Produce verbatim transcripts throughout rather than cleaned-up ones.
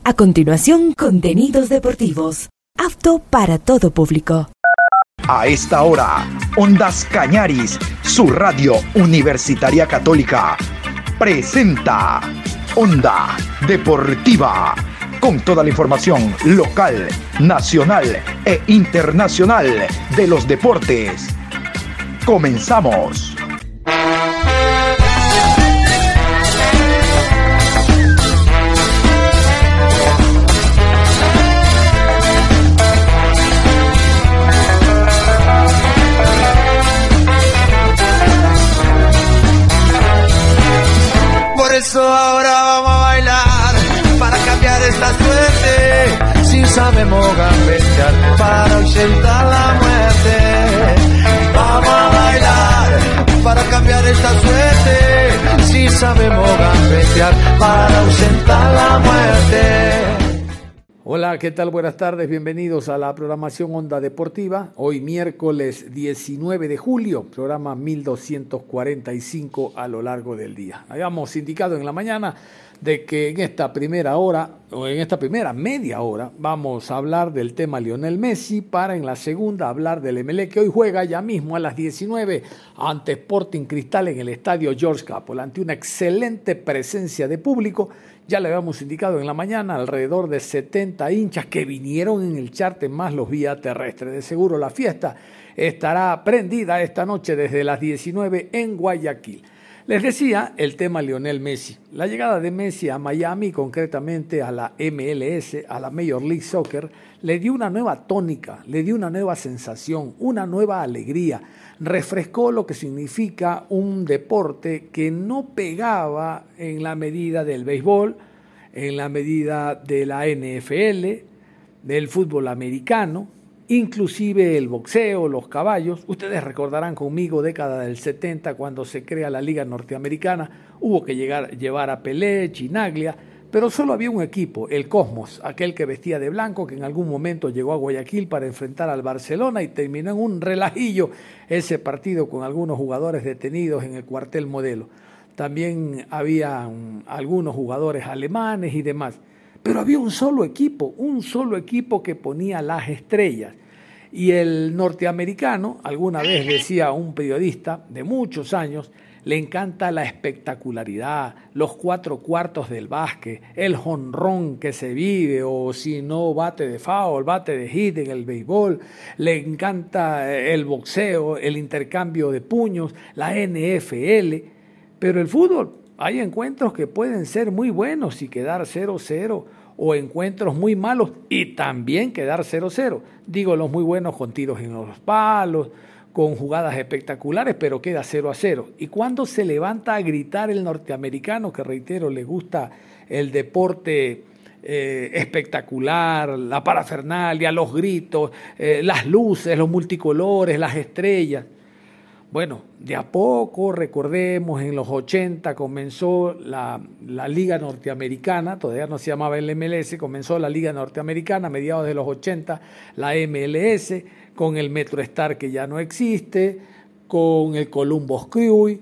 A continuación, contenidos deportivos, apto para todo público. A esta hora, Ondas Cañaris, su radio universitaria católica, presenta Onda Deportiva, con toda la información local, nacional e internacional de los deportes. Comenzamos. Por eso ahora vamos a bailar para cambiar esta suerte. Si sabemos gambetear para ausentar la muerte. Vamos a bailar para cambiar esta suerte. Si sabemos gambetear para ausentar la muerte. Hola, ¿qué tal? Buenas tardes, bienvenidos a la programación Onda Deportiva. Hoy miércoles diecinueve de julio, programa mil doscientos cuarenta y cinco a lo largo del día. Habíamos indicado en la mañana de que en esta primera hora, o en esta primera media hora, vamos a hablar del tema Lionel Messi, para en la segunda hablar del Emelec, que hoy juega ya mismo a las diecinueve ante Sporting Cristal en el estadio George Capwell, ante una excelente presencia de público. Ya le habíamos indicado en la mañana, alrededor de setenta hinchas que vinieron en el charter más los vía terrestres. De seguro la fiesta estará prendida esta noche desde las diecinueve en Guayaquil. Les decía el tema Lionel Messi. La llegada de Messi a Miami, concretamente a la M L S, a la Major League Soccer, le dio una nueva tónica, le dio una nueva sensación, una nueva alegría. Refrescó lo que significa un deporte que no pegaba en la medida del béisbol, en la medida de la N F L, del fútbol americano, inclusive el boxeo, los caballos. Ustedes recordarán conmigo, década del setenta, cuando se crea la Liga Norteamericana, hubo que llegar, llevar a Pelé, Chinaglia, pero solo había un equipo, el Cosmos, aquel que vestía de blanco, que en algún momento llegó a Guayaquil para enfrentar al Barcelona y terminó en un relajillo ese partido con algunos jugadores detenidos en el cuartel Modelo. También había um, algunos jugadores alemanes y demás. Pero había un solo equipo, un solo equipo que ponía las estrellas. Y el norteamericano, alguna vez decía un periodista de muchos años, le encanta la espectacularidad, los cuatro cuartos del básquet, el jonrón que se vive, o si no, bate de foul, bate de hit en el béisbol. Le encanta el boxeo, el intercambio de puños, la N F L. Pero el fútbol, hay encuentros que pueden ser muy buenos y quedar cero cero, o encuentros muy malos y también quedar cero cero. Digo, los muy buenos con tiros en los palos, con jugadas espectaculares, pero queda cero a cero. Y cuando se levanta a gritar el norteamericano, que reitero, le gusta el deporte eh, espectacular, la parafernalia, los gritos, eh, las luces, los multicolores, las estrellas. Bueno, de a poco, recordemos, en los ochenta comenzó la, la Liga Norteamericana, todavía no se llamaba el M L S, comenzó la Liga Norteamericana a mediados de los ochenta, la M L S, con el MetroStar que ya no existe, con el Columbus Crew,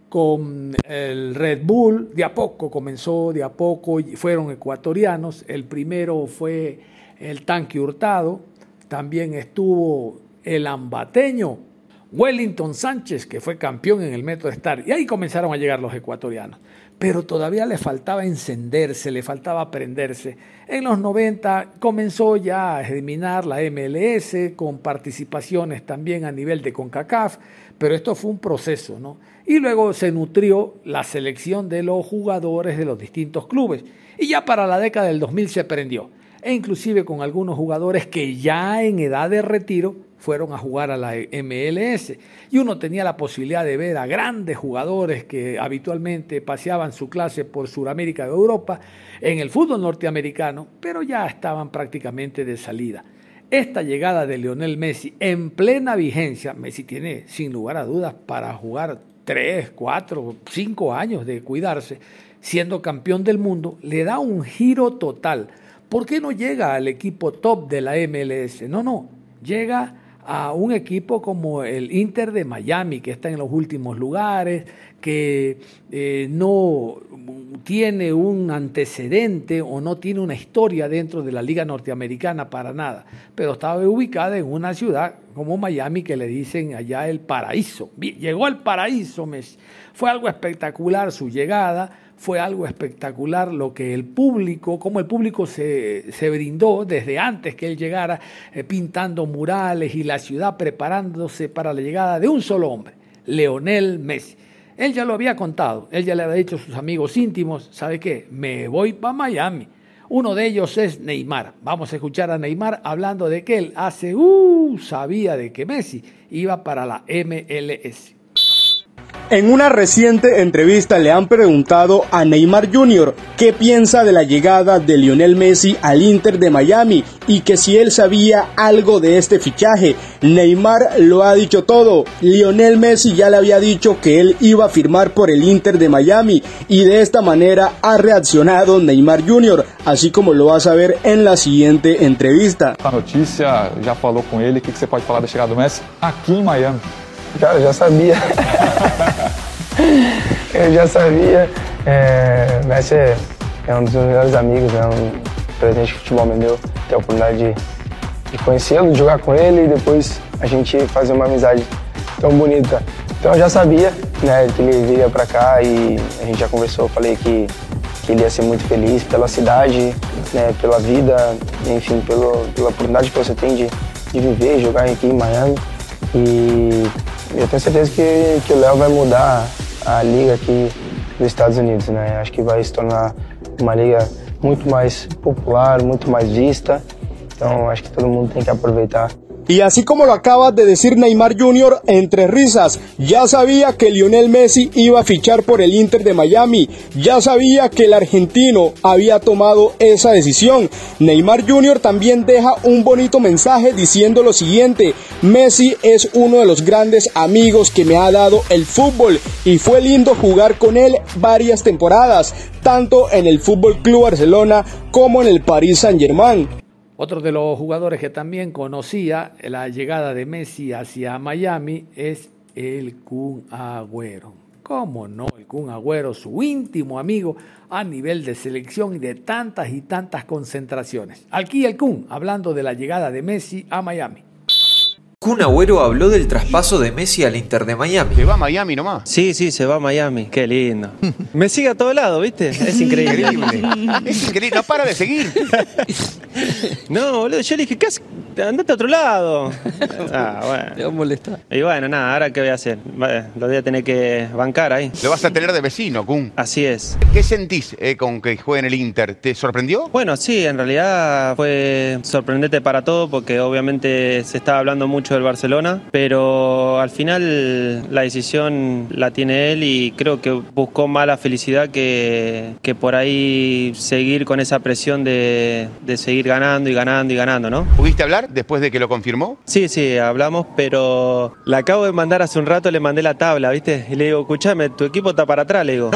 con el Red Bull. De a poco comenzó, de a poco fueron ecuatorianos. El primero fue el Tanque Hurtado, también estuvo el ambateño Wellington Sánchez, que fue campeón en el MetroStar, y ahí comenzaron a llegar los ecuatorianos. Pero todavía le faltaba encenderse, le faltaba prenderse. En los noventa comenzó ya a germinar la M L S, con participaciones también a nivel de CONCACAF, pero esto fue un proceso, ¿no? Y luego se nutrió la selección de los jugadores de los distintos clubes, y ya para la década del dos mil se prendió, e inclusive con algunos jugadores que ya en edad de retiro fueron a jugar a la M L S, y uno tenía la posibilidad de ver a grandes jugadores que habitualmente paseaban su clase por Sudamérica y Europa en el fútbol norteamericano, pero ya estaban prácticamente de salida. Esta llegada de Lionel Messi en plena vigencia, Messi tiene sin lugar a dudas para jugar tres, cuatro, cinco años de cuidarse, siendo campeón del mundo, le da un giro total. ¿Por qué no llega al equipo top de la M L S? No, no, llega a un equipo como el Inter de Miami, que está en los últimos lugares, que eh, no tiene un antecedente o no tiene una historia dentro de la Liga Norteamericana para nada, pero estaba ubicada en una ciudad como Miami que le dicen allá el paraíso. Llegó al paraíso Messi. Fue algo espectacular su llegada, fue algo espectacular lo que el público, cómo el público se, se brindó desde antes que él llegara, eh, pintando murales y la ciudad preparándose para la llegada de un solo hombre, Lionel Messi. Él ya lo había contado, él ya le había dicho a sus amigos íntimos, ¿sabe qué? Me voy para Miami. Uno de ellos es Neymar. Vamos a escuchar a Neymar hablando de que él hace, uh, sabía de que Messi iba para la M L S. En una reciente entrevista le han preguntado a Neymar junior qué piensa de la llegada de Lionel Messi al Inter de Miami y que si él sabía algo de este fichaje. Neymar lo ha dicho todo. Lionel Messi ya le había dicho que él iba a firmar por el Inter de Miami y de esta manera ha reaccionado Neymar junior, así como lo vas a ver en la siguiente entrevista. A notícia, já falou com ele, o que você pode falar da chegada do Messi aqui em Miami? Cara, eu já sabia. eu já sabia. É, Messi é, é um dos meus melhores amigos, é um presente que o futebol me deu. Ter a oportunidade de, de conhecê-lo, de jogar com ele e depois a gente fazer uma amizade tão bonita. Então eu já sabia, né, que ele viria pra cá e a gente já conversou. Eu falei que, que ele ia ser muito feliz pela cidade, né, pela vida, enfim, pelo, pela oportunidade que você tem de, de viver e jogar aqui em Miami. E eu tenho certeza que, que o Léo vai mudar a liga aqui dos Estados Unidos, né? Acho que vai se tornar uma liga muito mais popular, muito mais vista. Então acho que todo mundo tem que aproveitar. Y así como lo acaba de decir Neymar junior, entre risas, ya sabía que Lionel Messi iba a fichar por el Inter de Miami, ya sabía que el argentino había tomado esa decisión. Neymar junior también deja un bonito mensaje diciendo lo siguiente: Messi es uno de los grandes amigos que me ha dado el fútbol y fue lindo jugar con él varias temporadas, tanto en el F C Barcelona como en el Paris Saint-Germain. Otro de los jugadores que también conocía la llegada de Messi hacia Miami es el Kun Agüero. ¿Cómo no? El Kun Agüero, su íntimo amigo a nivel de selección y de tantas y tantas concentraciones. Aquí el Kun, hablando de la llegada de Messi a Miami. Kun Agüero habló del traspaso de Messi al Inter de Miami. ¿Se va a Miami nomás? Sí, sí, se va a Miami. Qué lindo. Me sigue a todo lado, ¿viste? Es increíble. Increíble. Es increíble, no para de seguir. No, boludo, yo le dije, ¿qué haces? Andate a otro lado. Ah, bueno. Te va a molestar. Y bueno, nada, ¿ahora qué voy a hacer? Lo voy a tener que bancar ahí. Lo vas a tener de vecino, Kun. Así es. ¿Qué sentís eh, con que juegue en el Inter? ¿Te sorprendió? Bueno, sí, en realidad fue sorprendente para todo porque obviamente se estaba hablando mucho del Barcelona, pero al final la decisión la tiene él y creo que buscó más la felicidad que, que por ahí seguir con esa presión de, de seguir ganando y ganando y ganando, ¿no? ¿Pudiste hablar después de que lo confirmó? Sí, sí, hablamos, pero la acabo de mandar hace un rato, le mandé la tabla, ¿viste? Y le digo, escuchame, tu equipo está para atrás, le digo.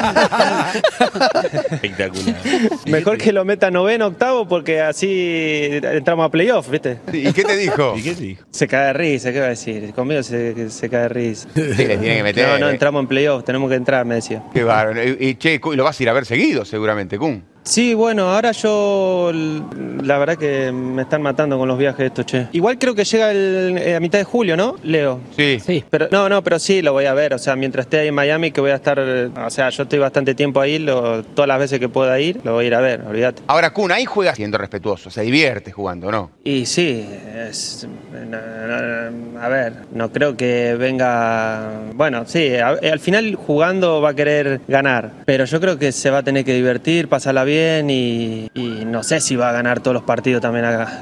Espectacular. Mejor que lo meta noveno, octavo, porque así entramos a playoff, ¿viste? ¿Y qué te dijo? ¿Y qué te dijo? Se cae de risa, ¿qué va a decir? Conmigo se, se cae de risa. Sí, le tiene que meter. No, no, entramos en playoff, tenemos que entrar, me decía. Qué bárbaro. Y, y che, lo vas a ir a ver seguido, seguramente, Kun. Sí, bueno, ahora yo, la verdad que me están matando con los viajes estos, che. Igual creo que llega el, a mitad de julio, ¿no, Leo? Sí. Sí. Pero, no, no, pero sí, lo voy a ver, o sea, mientras esté ahí en Miami, que voy a estar, o sea, yo estoy bastante tiempo ahí, lo, todas las veces que pueda ir, lo voy a ir a ver, olvídate. Ahora, Kun, ahí juega siendo respetuoso, se divierte jugando, ¿no? Y sí, es, no, no, a ver, no creo que venga, bueno, sí, a, al final jugando va a querer ganar, pero yo creo que se va a tener que divertir, pasarla bien, bien y, y no sé si va a ganar todos los partidos también acá.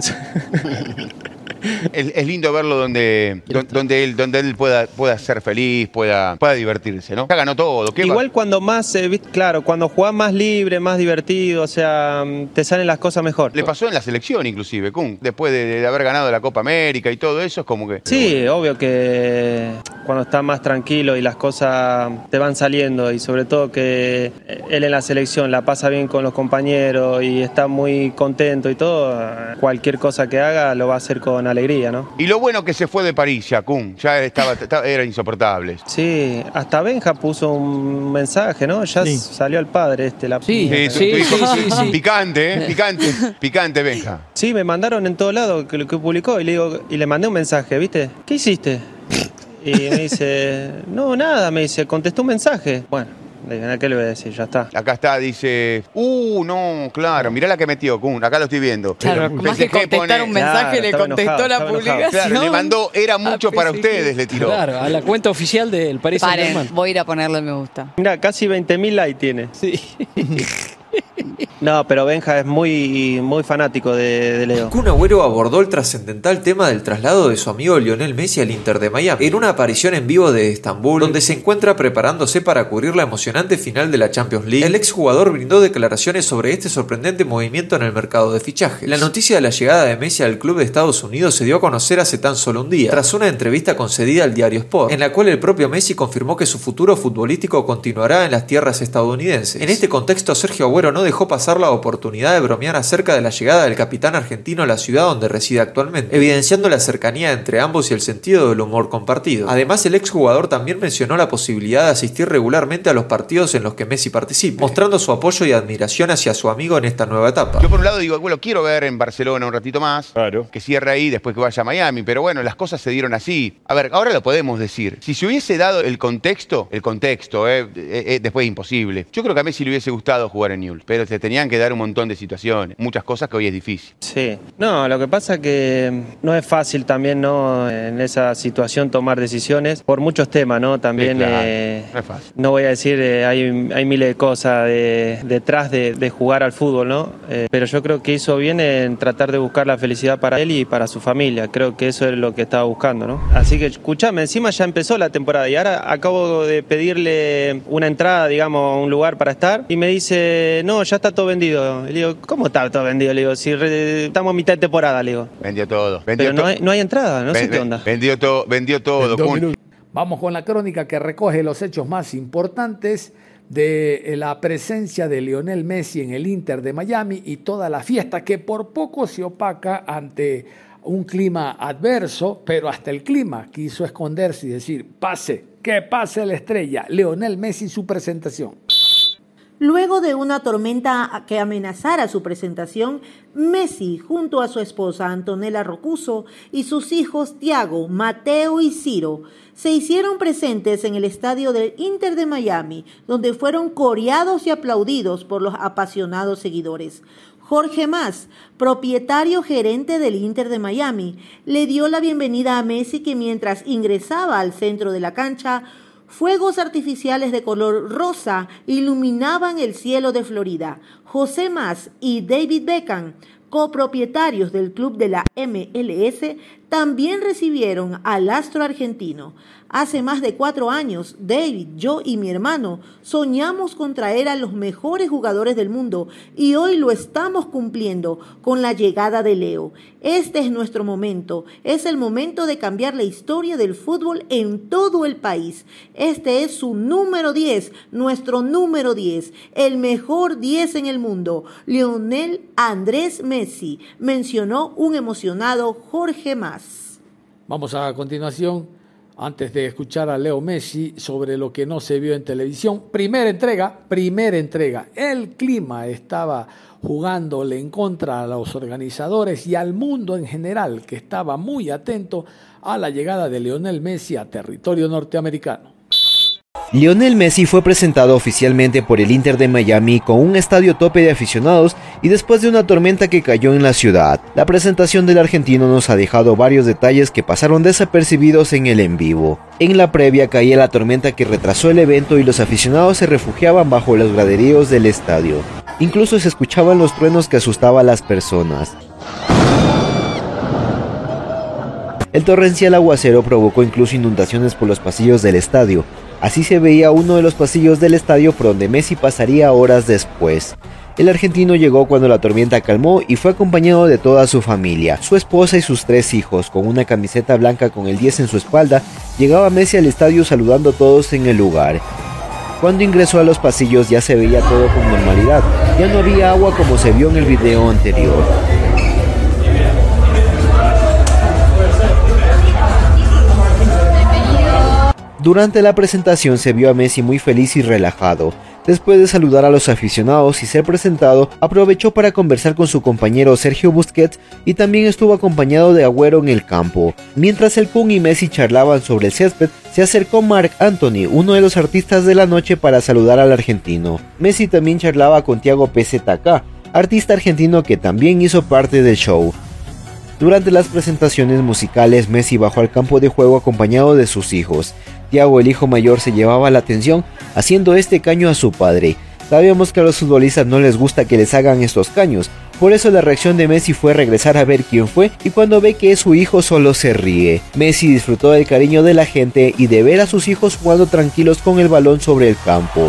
Es, es lindo verlo donde, donde él, donde él pueda, pueda ser feliz, pueda, pueda divertirse, ¿no? Ya ganó todo. ¿Qué Igual va? Cuando más, eh, claro, cuando jugás más libre, más divertido, o sea, te salen las cosas mejor. Le pasó en la selección inclusive, Kun, después de, de haber ganado la Copa América y todo eso, es como que... Sí, bueno. Obvio que cuando estás más tranquilo y las cosas te van saliendo y sobre todo que él en la selección la pasa bien con los compañeros y está muy contento y todo, cualquier cosa que haga lo va a hacer con alegría, ¿no? Y lo bueno que se fue de París ya, Kun, ya estaba, estaba, era insoportable. Sí, hasta Benja puso un mensaje, ¿no? Ya sí. Salió el padre este, la Sí, sí, tu, sí, tu hijo, sí, sí, sí. Picante, ¿eh? Picante, picante, Benja. Sí, me mandaron en todos lados que lo que publicó y le digo, y le mandé un mensaje, ¿viste? ¿Qué hiciste? Y me dice, no, nada, me dice, contestó un mensaje. Bueno. ¿Qué le voy a decir? Ya está. Acá está, dice, uh, no, claro, mirá la que metió Kun, acá lo estoy viendo. Claro, más que contestar pone... un mensaje, claro, le contestó enojado, la publicación. Claro, le mandó, era mucho para ustedes, le tiró. Claro, a la cuenta oficial del Paris Saint-Germain. Voy a ir a ponerle me gusta. Mira, casi veinte mil likes tiene. Sí. No, pero Benja es muy, muy fanático de, de Leo. Kun Agüero abordó el trascendental tema del traslado de su amigo Lionel Messi al Inter de Miami en una aparición en vivo de Estambul, donde se encuentra preparándose para cubrir la emocionante final de la Champions League. El exjugador brindó declaraciones sobre este sorprendente movimiento en el mercado de fichajes. La noticia de la llegada de Messi al club de Estados Unidos se dio a conocer hace tan solo un día, tras una entrevista concedida al diario Sport, en la cual el propio Messi confirmó que su futuro futbolístico continuará en las tierras estadounidenses. En este contexto, Sergio Agüero no dejó pasar la oportunidad de bromear acerca de la llegada del capitán argentino a la ciudad donde reside actualmente, evidenciando la cercanía entre ambos y el sentido del humor compartido. Además, el exjugador también mencionó la posibilidad de asistir regularmente a los partidos en los que Messi participe, mostrando su apoyo y admiración hacia su amigo en esta nueva etapa. Yo por un lado digo, bueno, quiero ver en Barcelona un ratito más, claro, que cierre ahí después que vaya a Miami, pero bueno, las cosas se dieron así. A ver, ahora lo podemos decir. Si se hubiese dado el contexto, el contexto, eh, eh, eh, después es imposible. Yo creo que a Messi le hubiese gustado jugar en Newell's, pero se tenían que dar un montón de situaciones, muchas cosas que hoy es difícil. Sí, no, lo que pasa que no es fácil también, ¿no? En esa situación tomar decisiones por muchos temas, ¿no? También, sí, claro, eh, no es fácil. No voy a decir, eh, hay, hay miles de cosas de, detrás de, de jugar al fútbol, ¿no? Eh, pero yo creo que hizo bien en tratar de buscar la felicidad para él y para su familia. Creo que eso es lo que estaba buscando, ¿no? Así que, escuchame, encima ya empezó la temporada y ahora acabo de pedirle una entrada, digamos, a un lugar para estar y me dice, no, ya está todo vendido. Le digo, ¿cómo está todo vendido? Le digo, si re, estamos a mitad de temporada, le digo. Vendió todo. Vendió Pero no hay, no hay entrada, no ven, sé qué onda. Vendió todo, vendió todo. Vamos con la crónica que recoge los hechos más importantes de la presencia de Lionel Messi en el Inter de Miami y toda la fiesta que por poco se opaca ante un clima adverso, pero hasta el clima quiso esconderse y decir, pase, que pase la estrella, Lionel Messi, su presentación. Luego de una tormenta que amenazara su presentación, Messi, junto a su esposa Antonella Roccuzzo y sus hijos Thiago, Mateo y Ciro, se hicieron presentes en el estadio del Inter de Miami, donde fueron coreados y aplaudidos por los apasionados seguidores. Jorge Mas, propietario gerente del Inter de Miami, le dio la bienvenida a Messi, que mientras ingresaba al centro de la cancha, fuegos artificiales de color rosa iluminaban el cielo de Florida. José Mas y David Beckham, copropietarios del club de la M L S, también recibieron al astro argentino. Hace más de cuatro años, David, yo y mi hermano soñamos con traer a los mejores jugadores del mundo y hoy lo estamos cumpliendo con la llegada de Leo. Este es nuestro momento, es el momento de cambiar la historia del fútbol en todo el país. Este es su número diez, nuestro número diez, el mejor diez en el mundo, Lionel Andrés Messi, mencionó un emocionado Jorge Mas. Vamos a continuación, antes de escuchar a Leo Messi sobre lo que no se vio en televisión. Primera entrega, primera entrega. El clima estaba jugándole en contra a los organizadores y al mundo en general, que estaba muy atento a la llegada de Lionel Messi a territorio norteamericano. Lionel Messi fue presentado oficialmente por el Inter de Miami con un estadio tope de aficionados y después de una tormenta que cayó en la ciudad. La presentación del argentino nos ha dejado varios detalles que pasaron desapercibidos en el en vivo. En la previa caía la tormenta que retrasó el evento y los aficionados se refugiaban bajo los graderíos del estadio. Incluso se escuchaban los truenos que asustaban a las personas. El torrencial aguacero provocó incluso inundaciones por los pasillos del estadio. Así se veía uno de los pasillos del estadio por donde Messi pasaría horas después. El argentino llegó cuando la tormenta calmó y fue acompañado de toda su familia, su esposa y sus tres hijos. Con una camiseta blanca con el diez en su espalda, llegaba Messi al estadio saludando a todos en el lugar. Cuando ingresó a los pasillos ya se veía todo con normalidad, ya no había agua como se vio en el video anterior. Durante la presentación se vio a Messi muy feliz y relajado. Después de saludar a los aficionados y ser presentado, aprovechó para conversar con su compañero Sergio Busquets y también estuvo acompañado de Agüero en el campo. Mientras el Kun y Messi charlaban sobre el césped, se acercó Marc Anthony, uno de los artistas de la noche, para saludar al argentino. Messi también charlaba con Thiago P Z K, artista argentino que también hizo parte del show. Durante las presentaciones musicales, Messi bajó al campo de juego acompañado de sus hijos. Thiago, el hijo mayor, se llevaba la atención haciendo este caño a su padre. Sabemos que a los futbolistas no les gusta que les hagan estos caños, por eso la reacción de Messi fue regresar a ver quién fue, y cuando ve que es su hijo solo se ríe. Messi disfrutó del cariño de la gente y de ver a sus hijos jugando tranquilos con el balón sobre el campo.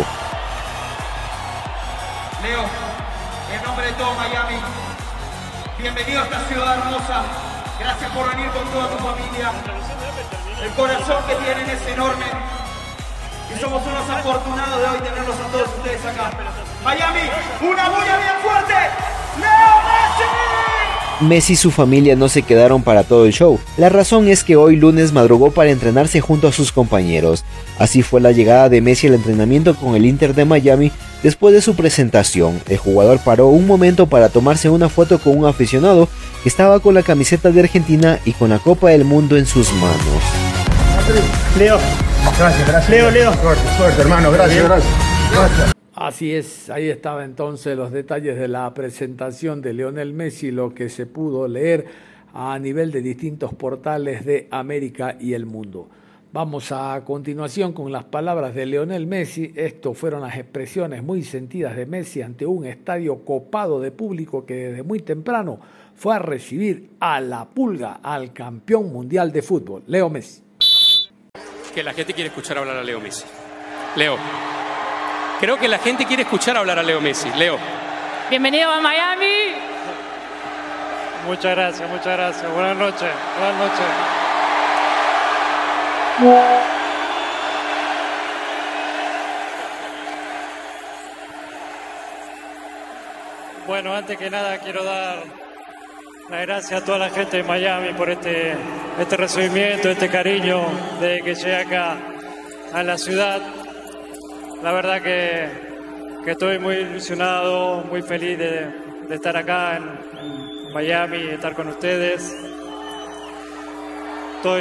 Leo, en nombre de todo Miami, bienvenido a esta ciudad hermosa. Gracias por venir con toda tu familia. El corazón que tienen es enorme y somos unos afortunados de hoy tenerlos a todos ustedes acá. Miami, una bulla bien fuerte. ¡Leo Messi! Messi y su familia no se quedaron para todo el show. La razón es que hoy lunes madrugó para entrenarse junto a sus compañeros. Así fue la llegada de Messi al entrenamiento con el Inter de Miami. Después de su presentación, el jugador paró un momento para tomarse una foto con un aficionado que estaba con la camiseta de Argentina y con la Copa del Mundo en sus manos. Leo, gracias, gracias. Leo, Leo. Suerte, suerte, hermano, gracias, gracias. gracias. Así es, ahí estaba entonces los detalles de la presentación de Lionel Messi, lo que se pudo leer a nivel de distintos portales de América y el mundo. Vamos a continuación con las palabras de Lionel Messi. Estos fueron las expresiones muy sentidas de Messi ante un estadio copado de público que desde muy temprano fue a recibir a la Pulga, al campeón mundial de fútbol. Leo Messi. Que la gente quiere escuchar hablar a Leo Messi. Leo. Creo que la gente quiere escuchar hablar a Leo Messi. Leo. Bienvenido a Miami. Muchas gracias, muchas gracias. Buenas noches, buenas noches. Bueno, antes que nada quiero dar las gracias a toda la gente de Miami por este, este recibimiento, este cariño de que llegué acá a la ciudad. La verdad que, que estoy muy ilusionado, muy feliz de, de estar acá en, en Miami, de estar con ustedes. Estoy...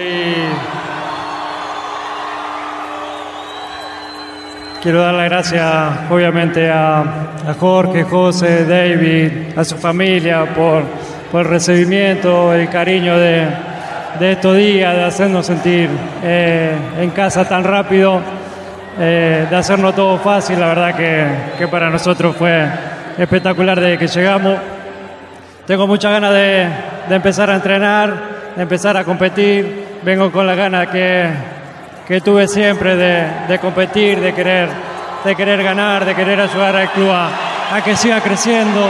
Quiero dar las gracias, obviamente, a, a Jorge, José, David, a su familia por, por el recibimiento, el cariño de, de estos días, de hacernos sentir eh, en casa tan rápido, eh, de hacernos todo fácil. La verdad que, que para nosotros fue espectacular desde que llegamos. Tengo muchas ganas de, de empezar a entrenar, de empezar a competir. Vengo con las ganas que... que tuve siempre de, de competir, de querer, de querer ganar, de querer ayudar al club a, a que siga creciendo.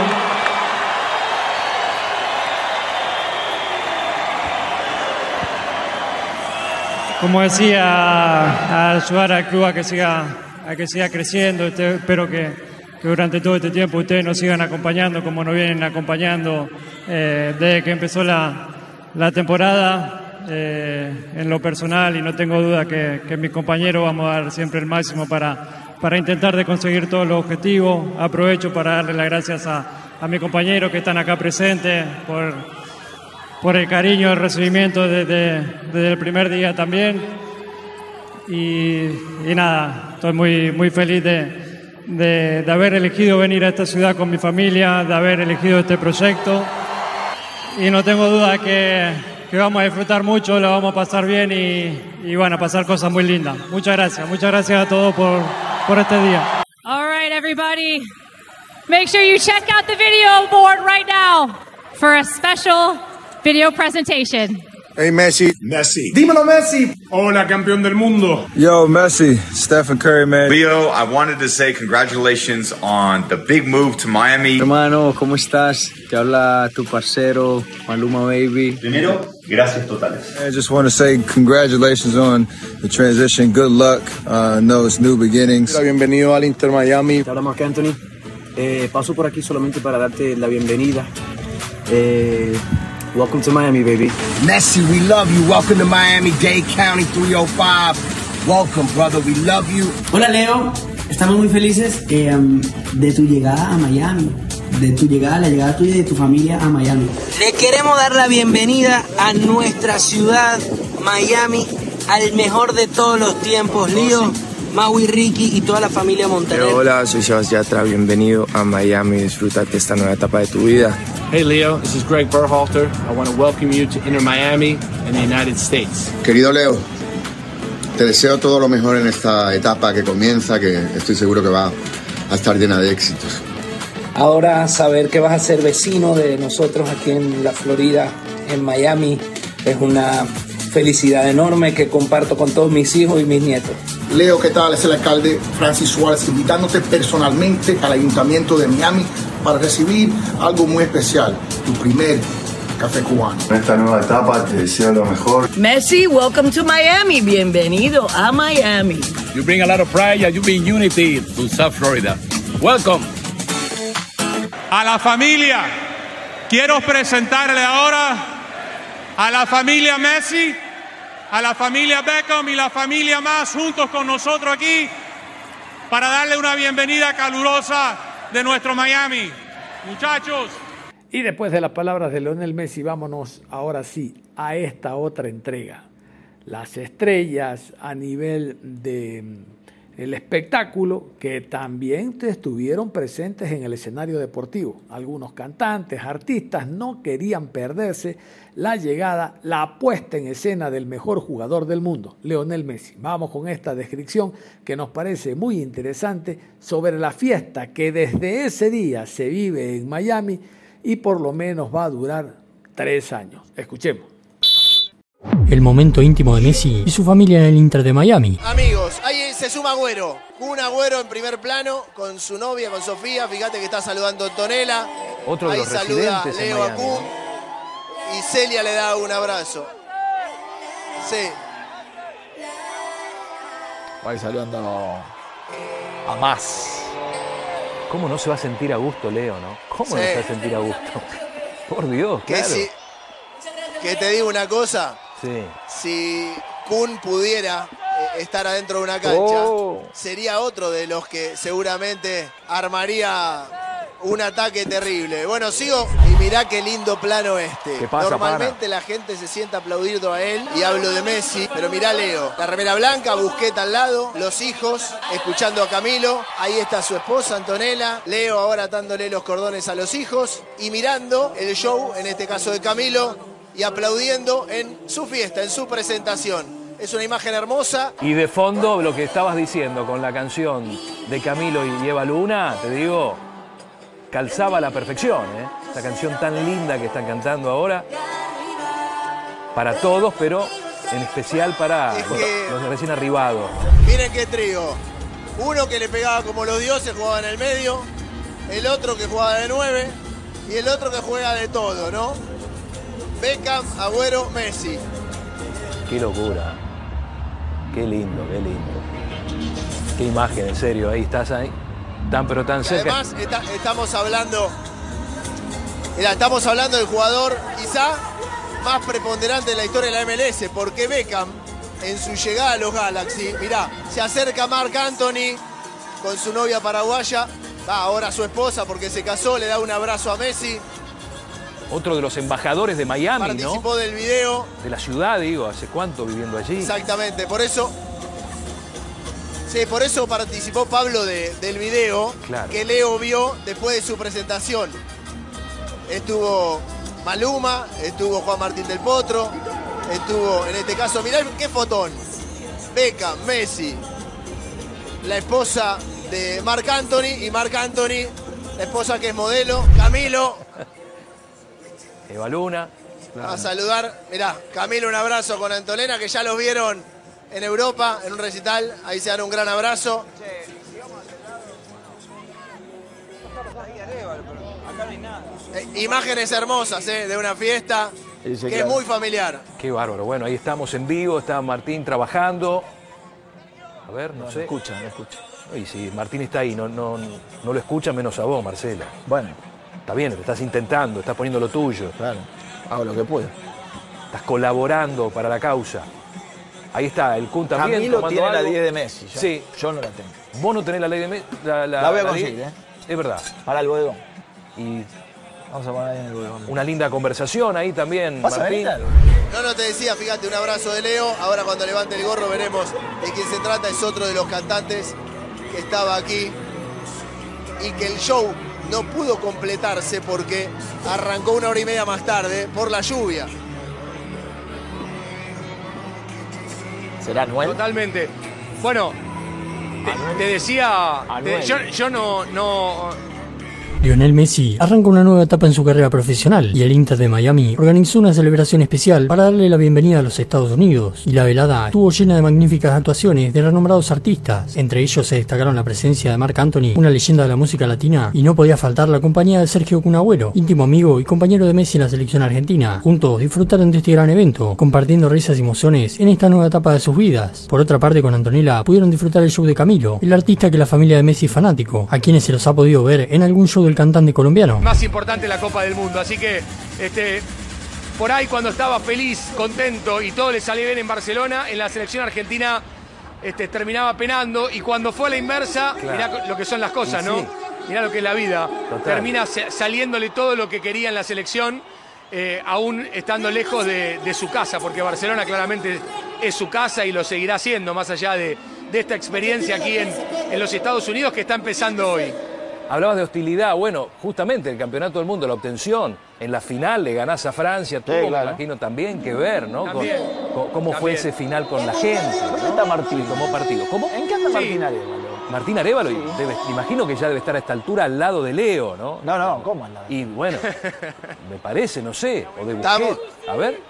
Como decía, a, a ayudar al club a que siga, a que siga creciendo. Este, espero que, que durante todo este tiempo ustedes nos sigan acompañando como nos vienen acompañando eh, desde que empezó la, la temporada. Eh, en lo personal, y no tengo duda que, que mis compañeros vamos a dar siempre el máximo para, para intentar de conseguir todos los objetivos. Aprovecho para darle las gracias a, a mis compañeros que están acá presentes por, por el cariño, el recibimiento desde, desde el primer día también. Y, y nada, estoy muy, muy feliz de, de, de haber elegido venir a esta ciudad con mi familia, de haber elegido este proyecto, y no tengo duda que que vamos a disfrutar mucho, lo vamos a pasar bien y, y van a pasar cosas muy lindas. Muchas gracias, muchas gracias a todos por, por este día. All right, everybody. Make sure you check out the video board right now for a special video presentation. Hey, Messi. Messi. Dímelo, Messi. Hola, campeón del mundo. Yo, Messi. Stephen Curry, man. Leo, I wanted to say congratulations on the big move to Miami. Hermano, ¿cómo estás? Te habla tu parcero, Maluma Baby. Primero, gracias totales. I just want to say congratulations on the transition. Good luck. Uh, know it's new beginnings. Bienvenido al Inter Miami. Te habla Marc Anthony. Eh, paso por aquí solamente para darte la bienvenida. Eh... Welcome to Miami, baby. Messi, we love you. Welcome to Miami-Dade County three oh five. Welcome, brother. We love you. Hola, Leo. Estamos muy felices eh, um, de tu llegada a Miami. De tu llegada, la llegada tuya y de tu familia a Miami. Le queremos dar la bienvenida a nuestra ciudad, Miami, al mejor de todos los tiempos, Leo, Maui, Ricky y toda la familia Montaner. Hola, soy Sebas Yatra, bienvenido a Miami, disfrútate esta nueva etapa de tu vida. Hey Leo, this is Greg Berhalter. I want to welcome you to Inter Miami and the United States. Querido Leo, te deseo todo lo mejor en esta etapa que comienza, que estoy seguro que va a estar llena de éxitos. Ahora saber que vas a ser vecino de nosotros aquí en la Florida, en Miami, es una felicidad enorme que comparto con todos mis hijos y mis nietos. Leo, ¿qué tal? Es el alcalde Francis Suárez invitándote personalmente al Ayuntamiento de Miami para recibir algo muy especial, tu primer café cubano. En esta nueva etapa te deseo lo mejor. Messi, welcome to Miami. Bienvenido a Miami. You bring a lot of pride and you bring unity to South Florida. Welcome. A la familia, quiero presentarle ahora a la familia Messi, a la familia Beckham y la familia más juntos con nosotros aquí para darle una bienvenida calurosa de nuestro Miami. Muchachos. Y después de las palabras de Lionel Messi, vámonos ahora sí a esta otra entrega. Las estrellas a nivel de el espectáculo que también estuvieron presentes en el escenario deportivo. Algunos cantantes, artistas no querían perderse la llegada, la puesta en escena del mejor jugador del mundo, Lionel Messi. Vamos con esta descripción que nos parece muy interesante sobre la fiesta que desde ese día se vive en Miami y por lo menos va a durar tres años. Escuchemos. El momento íntimo de Messi y su familia en el Inter de Miami. Amigos, ahí se suma Agüero. Un Agüero en primer plano con su novia, con Sofía. Fíjate que está saludando a Antonella. Otro de ahí los saluda residentes Leo en Miami. Acú. Y Celia le da un abrazo. Sí. Ahí saludando a más. ¿Cómo no se va a sentir a gusto, Leo, no? ¿Cómo Sí. no se va a sentir a gusto? Por Dios, Que claro. si, que te digo una cosa. Sí. Si Kun pudiera eh, estar adentro de una cancha, Oh. sería otro de los que seguramente armaría un ataque terrible. Bueno, sigo y mirá qué lindo plano este. ¿Qué pasa, Normalmente la gente se sienta a aplaudir a él y hablo de Messi, pero mirá Leo, la remera blanca, Busquets al lado, los hijos, escuchando a Camilo, ahí está su esposa Antonella, Leo ahora atándole los cordones a los hijos y mirando el show, en este caso de Camilo, y aplaudiendo en su fiesta, en su presentación. Es una imagen hermosa. Y de fondo, lo que estabas diciendo con la canción de Camilo y Eva Luna, te digo, calzaba a la perfección, ¿eh? Esta canción tan linda que están cantando ahora, para todos, pero en especial para Es los, que- los recién arribados. Miren qué trío. Uno que le pegaba como los dioses, jugaba en el medio. El otro que jugaba de nueve. Y el otro que juega de todo, ¿no? Beckham, Agüero, Messi. Qué locura. Qué lindo, qué lindo. Qué imagen, en serio, ahí estás ahí. Tan pero tan Y cerca. además está- estamos hablando. Mirá, estamos hablando del jugador quizá más preponderante de la historia de la M L S. Porque Beckham, en su llegada a los Galaxy, mirá, se acerca Marc Anthony con su novia paraguaya. Va, ahora su esposa porque se casó, le da un abrazo a Messi. Otro de los embajadores de Miami, Participó ¿no? del video. De la ciudad, digo, ¿hace cuánto viviendo allí? Exactamente, por eso. Sí, por eso participó Pablo de- del video Claro. que Leo vio después de su presentación. Estuvo Maluma, estuvo Juan Martín del Potro, estuvo, en este caso, mirá qué fotón. Beckham, Messi, la esposa de Marc Anthony y Marc Anthony, la esposa que es modelo, Camilo. Eva Luna. A saludar, mirá, Camilo, un abrazo con Antonella, que ya los vieron en Europa, en un recital, ahí se dan un gran abrazo. Eh, imágenes hermosas, eh, de una fiesta Sí, sí, que claro. es muy familiar. Qué bárbaro. Bueno, ahí estamos en vivo, está Martín trabajando. A ver, no, No, sé. no escucha, no escucha. Y si Martín está ahí, no, no, no lo escucha menos a vos, Marcela. Bueno. Está bien, lo estás intentando, estás poniendo lo tuyo. Claro, hago lo que puedo. Estás colaborando para la causa. Ahí está, el Kun también. Camilo tomando tiene algo. la diez de Messi. Yo, sí. Yo no la tengo. Vos no tenés la ley de Messi. La, La, la voy a la conseguir, diez. ¿eh? Es verdad. Para el bodegón. Y vamos a poner ahí en el bodegón. Una linda conversación ahí también, ¿Vas a Martín. venir? No, no te decía, fíjate, un abrazo de Leo. Ahora cuando levante el gorro veremos de quién se trata. Es otro de los cantantes que estaba aquí y que el show no pudo completarse porque arrancó una hora y media más tarde por la lluvia. ¿Será Anuel? Totalmente. Bueno, te, te decía, te- yo, yo no, no, Lionel Messi arranca una nueva etapa en su carrera profesional y el Inter de Miami organizó una celebración especial para darle la bienvenida a los Estados Unidos. Y la velada estuvo llena de magníficas actuaciones de renombrados artistas. Entre ellos se destacaron la presencia de Marc Anthony, una leyenda de la música latina, y no podía faltar la compañía de Sergio Kun Agüero, íntimo amigo y compañero de Messi en la selección argentina. Juntos disfrutaron de este gran evento, compartiendo risas y emociones en esta nueva etapa de sus vidas. Por otra parte, con Antonella pudieron disfrutar el show de Camilo, el artista que la familia de Messi es fanático, a quienes se los ha podido ver en algún show del cantante colombiano. más importante la Copa del Mundo. Así que, este, por ahí cuando estaba feliz, contento y todo le salía bien en Barcelona, en la selección argentina este, terminaba penando. Y cuando fue a la inversa, Claro. mirá lo que son las cosas, Y ¿no? sí. Mirá lo que es la vida. Total. Termina sa- saliéndole todo lo que quería en la selección, eh, aún estando lejos de, de su casa, porque Barcelona claramente es su casa y lo seguirá siendo, más allá de, de esta experiencia aquí en, en los Estados Unidos que está empezando hoy. Hablabas de hostilidad, bueno, justamente el Campeonato del Mundo, la obtención, en la final le ganás a Francia, tuvo, me claro. imagino, también que ver, ¿no? Con- También. con- cómo fue También. ese final con la gente, ¿Dónde ¿no? está Martín? Tomó partido. ¿Cómo? ¿En qué anda Sí. Martín Arevalo? Martín Arevalo, y debe- imagino que ya debe estar a esta altura al lado de Leo, ¿no? No, no, ¿cómo anda? Y bueno, me parece, no sé, o de Estamos- Busquets. A ver,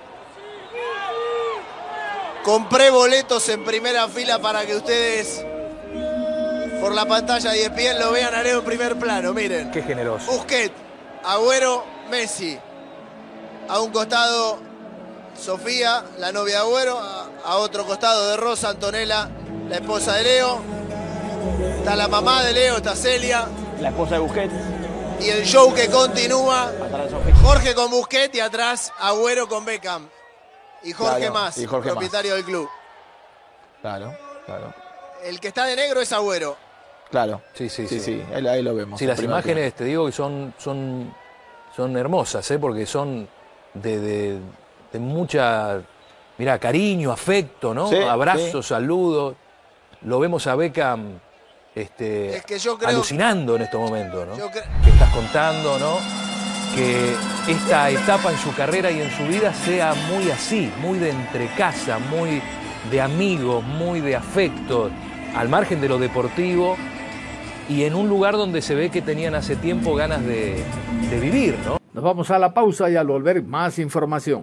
Compré boletos en primera fila para que ustedes por la pantalla de E S P N lo vean a Leo en primer plano. Miren, qué generoso. Busquets, Agüero, Messi. A un costado Sofía, la novia de Agüero. A, a otro costado de Rosa, Antonella, la esposa de Leo. Está la mamá de Leo, está Celia. La esposa de Busquets. Y el show que continúa, Atrás Sofía. Jorge con Busquets y atrás Agüero con Beckham. Y Jorge Claro, Más, y Jorge propietario del club. Claro, claro. El que está de negro es Agüero. Claro. Sí, sí, Sí, sí. sí, ahí, ahí lo vemos. Sí, en las primer imágenes, te digo que son, son, son hermosas, ¿eh? Porque son de, de, de mucha, mirá, cariño, afecto, ¿no? Sí, Abrazos, sí. saludos. Lo vemos a Beckham este, Es que yo creo- alucinando en estos momentos, ¿no? Yo cre- Que estás contando, ¿no? Que esta etapa en su carrera y en su vida sea muy así, muy de entrecasa, muy de amigos, muy de afecto, al margen de lo deportivo y en un lugar donde se ve que tenían hace tiempo ganas de, de vivir, ¿no? Nos vamos a la pausa y al volver más información.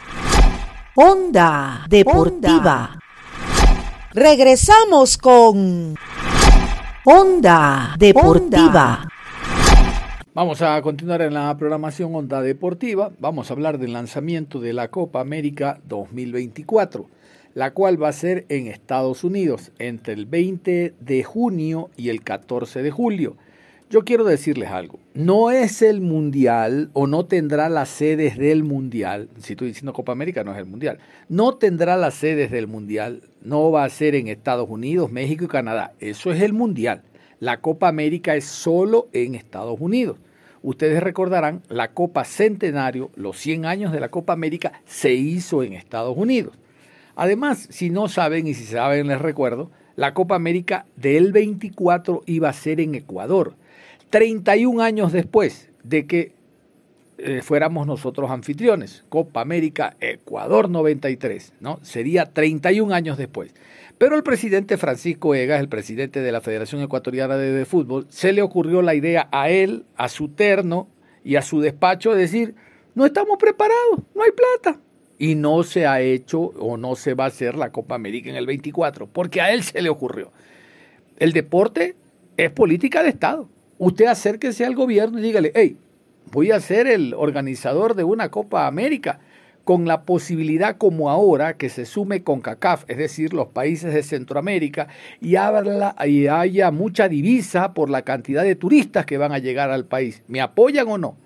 Onda Deportiva. Regresamos con Onda Deportiva. Vamos a continuar en la programación Onda Deportiva. Vamos a hablar del lanzamiento de la Copa América dos mil veinticuatro, la cual va a ser en Estados Unidos entre el veinte de junio y el catorce de julio. Yo quiero decirles algo, no es el Mundial o no tendrá las sedes del Mundial, si estoy diciendo Copa América no es el Mundial, no tendrá las sedes del Mundial, no va a ser en Estados Unidos, México y Canadá, eso es el Mundial. La Copa América es solo en Estados Unidos. Ustedes recordarán, la Copa Centenario, los cien años de la Copa América, se hizo en Estados Unidos. Además, si no saben y si saben les recuerdo, la Copa América del veinticuatro iba a ser en Ecuador. treinta y un años después de que eh, fuéramos nosotros anfitriones. Copa América Ecuador noventa y tres, ¿no? Sería treinta y un años después. Pero el presidente Francisco Egas, el presidente de la Federación Ecuatoriana de, de Fútbol, se le ocurrió la idea a él, a su terno y a su despacho de decir, no estamos preparados, no hay plata. Y no se ha hecho o no se va a hacer la Copa América en el veinticuatro, porque a él se le ocurrió. El deporte es política de Estado. Usted acérquese al gobierno y dígale, hey, voy a ser el organizador de una Copa América, con la posibilidad como ahora que se sume CONCACAF, es decir, los países de Centroamérica, y, habla, y haya mucha divisa por la cantidad de turistas que van a llegar al país. ¿Me apoyan o no?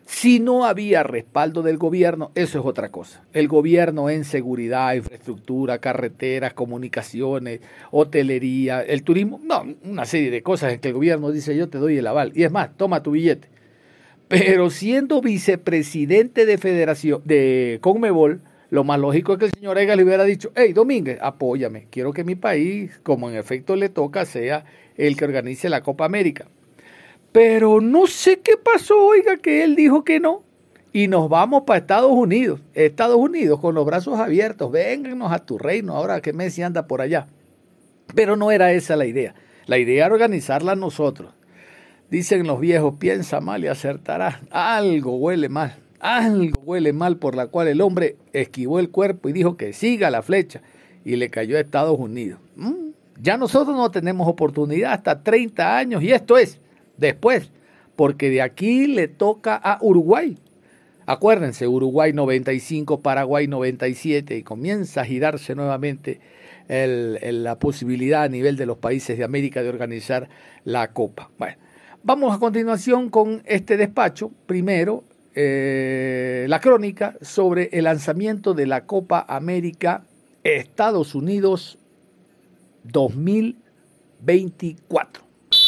Si no había respaldo del gobierno, eso es otra cosa. El gobierno en seguridad, infraestructura, carreteras, comunicaciones, hotelería, el turismo, no, una serie de cosas en que el gobierno dice yo te doy el aval. Y es más, toma tu billete. Pero siendo vicepresidente de Federación de Conmebol, lo más lógico es que el señor Egas le hubiera dicho, hey Domínguez, apóyame, quiero que mi país, como en efecto le toca, sea el que organice la Copa América. Pero no sé qué pasó, oiga, que él dijo que no. Y nos vamos para Estados Unidos. Estados Unidos con los brazos abiertos. Vénganos a tu reino ahora que Messi anda por allá. Pero no era esa la idea. La idea era organizarla nosotros. Dicen los viejos, piensa mal y acertará. Algo huele mal. Algo huele mal por la cual el hombre esquivó el cuerpo y dijo que siga la flecha. Y le cayó a Estados Unidos. Mm, ya nosotros no tenemos oportunidad hasta treinta años. Y esto es después, porque de aquí le toca a Uruguay. Acuérdense, Uruguay noventa y cinco, Paraguay noventa y siete, y comienza a girarse nuevamente el, el, la posibilidad a nivel de los países de América de organizar la Copa. Bueno, vamos a continuación con este despacho. Primero, eh, la crónica sobre el lanzamiento de la Copa América Estados Unidos dos mil veinticuatro.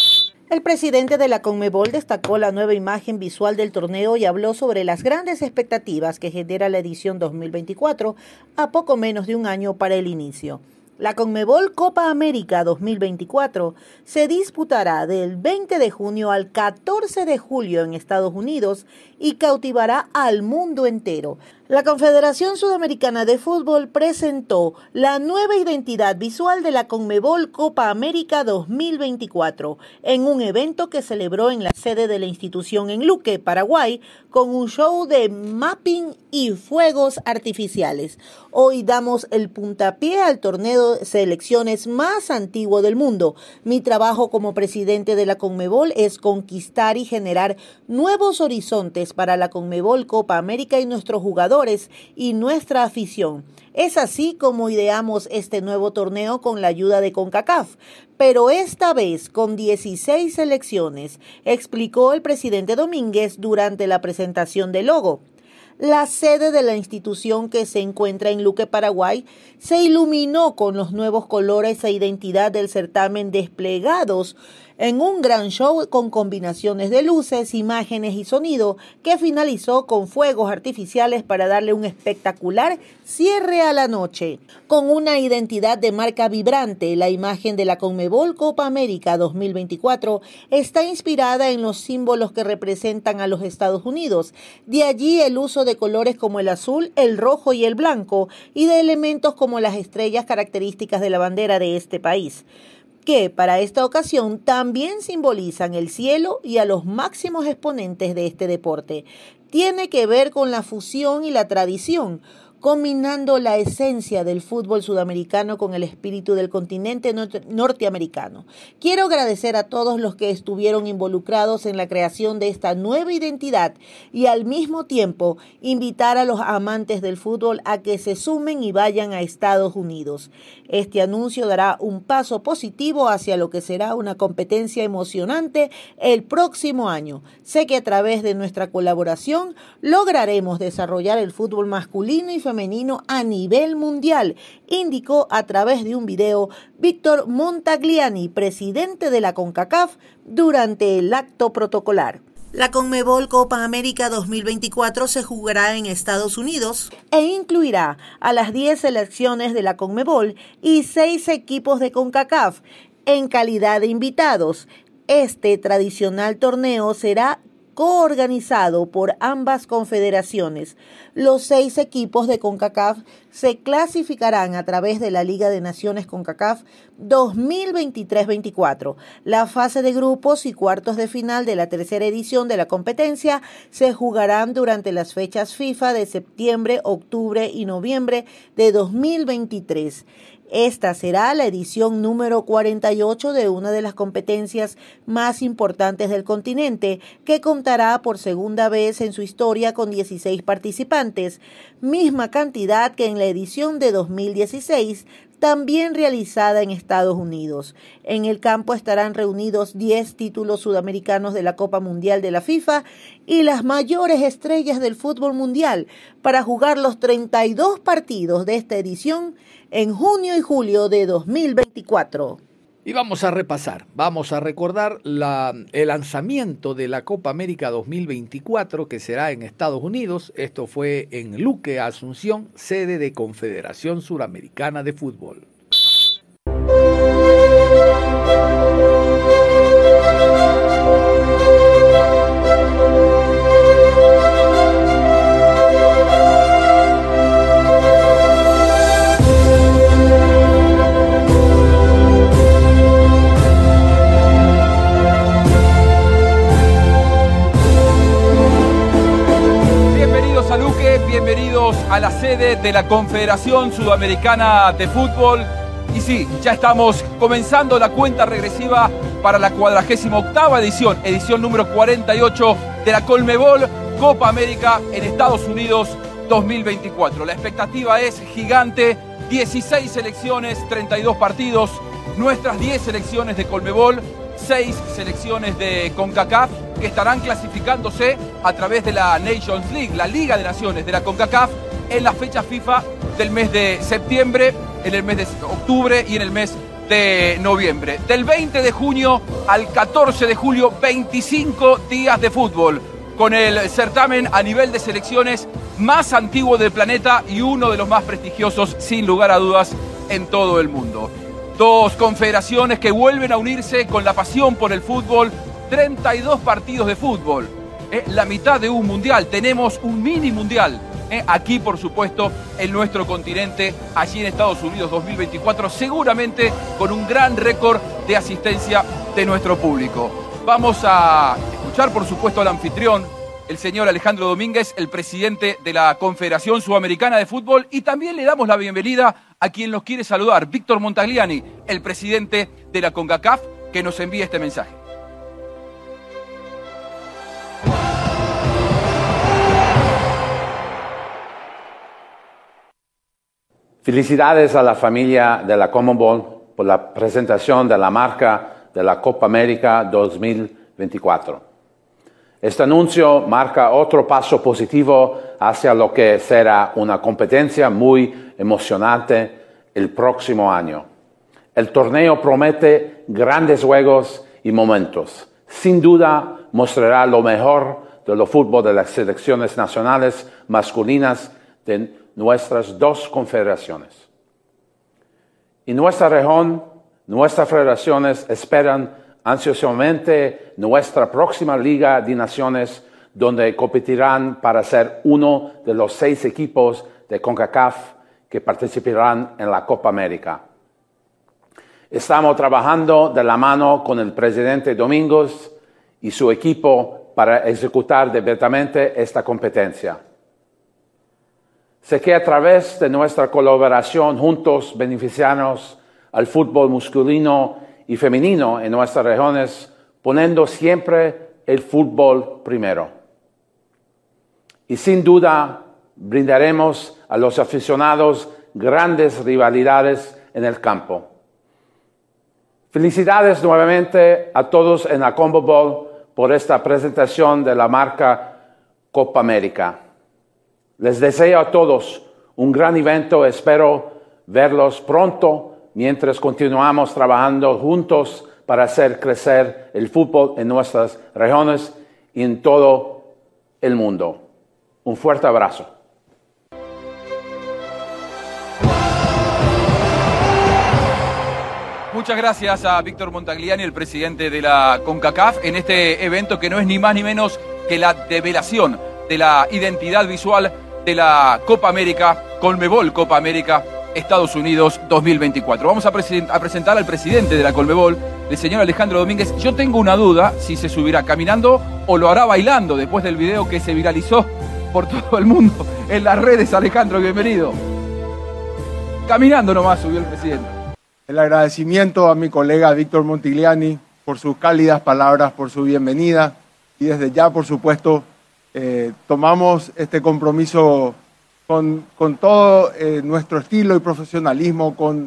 El presidente de la Conmebol destacó la nueva imagen visual del torneo y habló sobre las grandes expectativas que genera la edición dos mil veinticuatro a poco menos de un año para el inicio. La Conmebol Copa América dos mil veinticuatro se disputará del veinte de junio al catorce de julio en Estados Unidos y cautivará al mundo entero. La Confederación Sudamericana de Fútbol presentó la nueva identidad visual de la Conmebol Copa América dos mil veinticuatro en un evento que celebró en la sede de la institución en Luque, Paraguay, con un show de mapping y fuegos artificiales. Hoy damos el puntapié al torneo de selecciones más antiguo del mundo. Mi trabajo como presidente de la Conmebol es conquistar y generar nuevos horizontes para la Conmebol Copa América y nuestros jugadores y nuestra afición. Es así como ideamos este nuevo torneo con la ayuda de CONCACAF, pero esta vez con dieciséis selecciones, explicó el presidente Domínguez durante la presentación del logo. La sede de la institución, que se encuentra en Luque, Paraguay, se iluminó con los nuevos colores e identidad del certamen desplegados en un gran show con combinaciones de luces, imágenes y sonido que finalizó con fuegos artificiales para darle un espectacular cierre a la noche. Con una identidad de marca vibrante, la imagen de la Conmebol Copa América dos mil veinticuatro está inspirada en los símbolos que representan a los Estados Unidos. De allí el uso de colores como el azul, el rojo y el blanco, y de elementos como las estrellas características de la bandera de este país, que para esta ocasión también simbolizan el cielo y a los máximos exponentes de este deporte. Tiene que ver con la fusión y la tradición, combinando la esencia del fútbol sudamericano con el espíritu del continente norteamericano. Quiero agradecer a todos los que estuvieron involucrados en la creación de esta nueva identidad y al mismo tiempo invitar a los amantes del fútbol a que se sumen y vayan a Estados Unidos. Este anuncio dará un paso positivo hacia lo que será una competencia emocionante el próximo año. Sé que a través de nuestra colaboración lograremos desarrollar el fútbol masculino y femenino femenino a nivel mundial, indicó a través de un video Víctor Montagliani, presidente de la CONCACAF, durante el acto protocolar. La Conmebol Copa América dos mil veinticuatro se jugará en Estados Unidos e incluirá a las diez selecciones de la Conmebol y seis equipos de CONCACAF en calidad de invitados. Este tradicional torneo será coorganizado por ambas confederaciones. Los seis equipos de CONCACAF se clasificarán a través de la Liga de Naciones CONCACAF dos mil veintitrés veinticuatro. La fase de grupos y cuartos de final de la tercera edición de la competencia se jugarán durante las fechas FIFA de septiembre, octubre y noviembre de dos mil veintitrés. Esta será la edición número cuarenta y ocho de una de las competencias más importantes del continente, que contará por segunda vez en su historia con dieciséis participantes, misma cantidad que en la edición de dos mil dieciséis, también realizada en Estados Unidos. En el campo estarán reunidos diez títulos sudamericanos de la Copa Mundial de la FIFA y las mayores estrellas del fútbol mundial para jugar los treinta y dos partidos de esta edición en junio y julio de dos mil veinticuatro. Y vamos a repasar, vamos a recordar la, el lanzamiento de la Copa América dos mil veinticuatro que será en Estados Unidos. Esto fue en Luque, Asunción, sede de Confederación Suramericana de Fútbol. Bienvenidos a la sede de la Confederación Sudamericana de Fútbol. Y sí, ya estamos comenzando la cuenta regresiva para la cuadragésima octava edición, edición número cuarenta y ocho de la Conmebol Copa América en Estados Unidos dos mil veinticuatro. La expectativa es gigante, dieciséis selecciones, treinta y dos partidos, nuestras diez selecciones de Conmebol, seis selecciones de CONCACAF que estarán clasificándose a través de la Nations League, la Liga de Naciones de la CONCACAF, en la fecha FIFA del mes de septiembre, en el mes de octubre y en el mes de noviembre. Del veinte de junio al catorce de julio, veinticinco días de fútbol, con el certamen a nivel de selecciones más antiguo del planeta y uno de los más prestigiosos, sin lugar a dudas, en todo el mundo. Dos confederaciones que vuelven a unirse con la pasión por el fútbol, treinta y dos partidos de fútbol, eh, la mitad de un mundial, tenemos un mini mundial, eh, aquí por supuesto en nuestro continente, allí en Estados Unidos dos mil veinticuatro, seguramente con un gran récord de asistencia de nuestro público. Vamos a escuchar por supuesto al anfitrión, el señor Alejandro Domínguez, el presidente de la Confederación Sudamericana de Fútbol, y también le damos la bienvenida a quien nos quiere saludar, Víctor Montagliani, el presidente de la CONCACAF, que nos envía este mensaje. Felicidades a la familia de la Conmebol por la presentación de la marca de la Copa América dos mil veinticuatro. Este anuncio marca otro paso positivo hacia lo que será una competencia muy emocionante el próximo año. El torneo promete grandes juegos y momentos. Sin duda mostrará lo mejor de los fútbol de las selecciones nacionales masculinas de nuestras dos confederaciones. En nuestra región, nuestras federaciones esperan ansiosamente nuestra próxima Liga de Naciones, donde competirán para ser uno de los seis equipos de CONCACAF que participarán en la Copa América. Estamos trabajando de la mano con el presidente Domínguez y su equipo para ejecutar debidamente esta competencia. Sé que a través de nuestra colaboración juntos beneficiarnos al fútbol masculino y femenino en nuestras regiones, poniendo siempre el fútbol primero. Y sin duda brindaremos a los aficionados grandes rivalidades en el campo. Felicidades nuevamente a todos en la Conmebol por esta presentación de la marca Copa América. Les deseo a todos un gran evento, espero verlos pronto mientras continuamos trabajando juntos para hacer crecer el fútbol en nuestras regiones y en todo el mundo. Un fuerte abrazo. Muchas gracias a Víctor Montagliani, el presidente de la CONCACAF, en este evento que no es ni más ni menos que la develación de la identidad visual de la Copa América, Conmebol Copa América Estados Unidos dos mil veinticuatro. Vamos a, presen- a presentar al presidente de la Conmebol, el señor Alejandro Domínguez. Yo tengo una duda si se subirá caminando o lo hará bailando después del video que se viralizó por todo el mundo en las redes. Alejandro, bienvenido. Caminando nomás subió el presidente. El agradecimiento a mi colega Víctor Montagliani por sus cálidas palabras, por su bienvenida, y desde ya, por supuesto, eh, tomamos este compromiso con, con todo eh, nuestro estilo y profesionalismo, con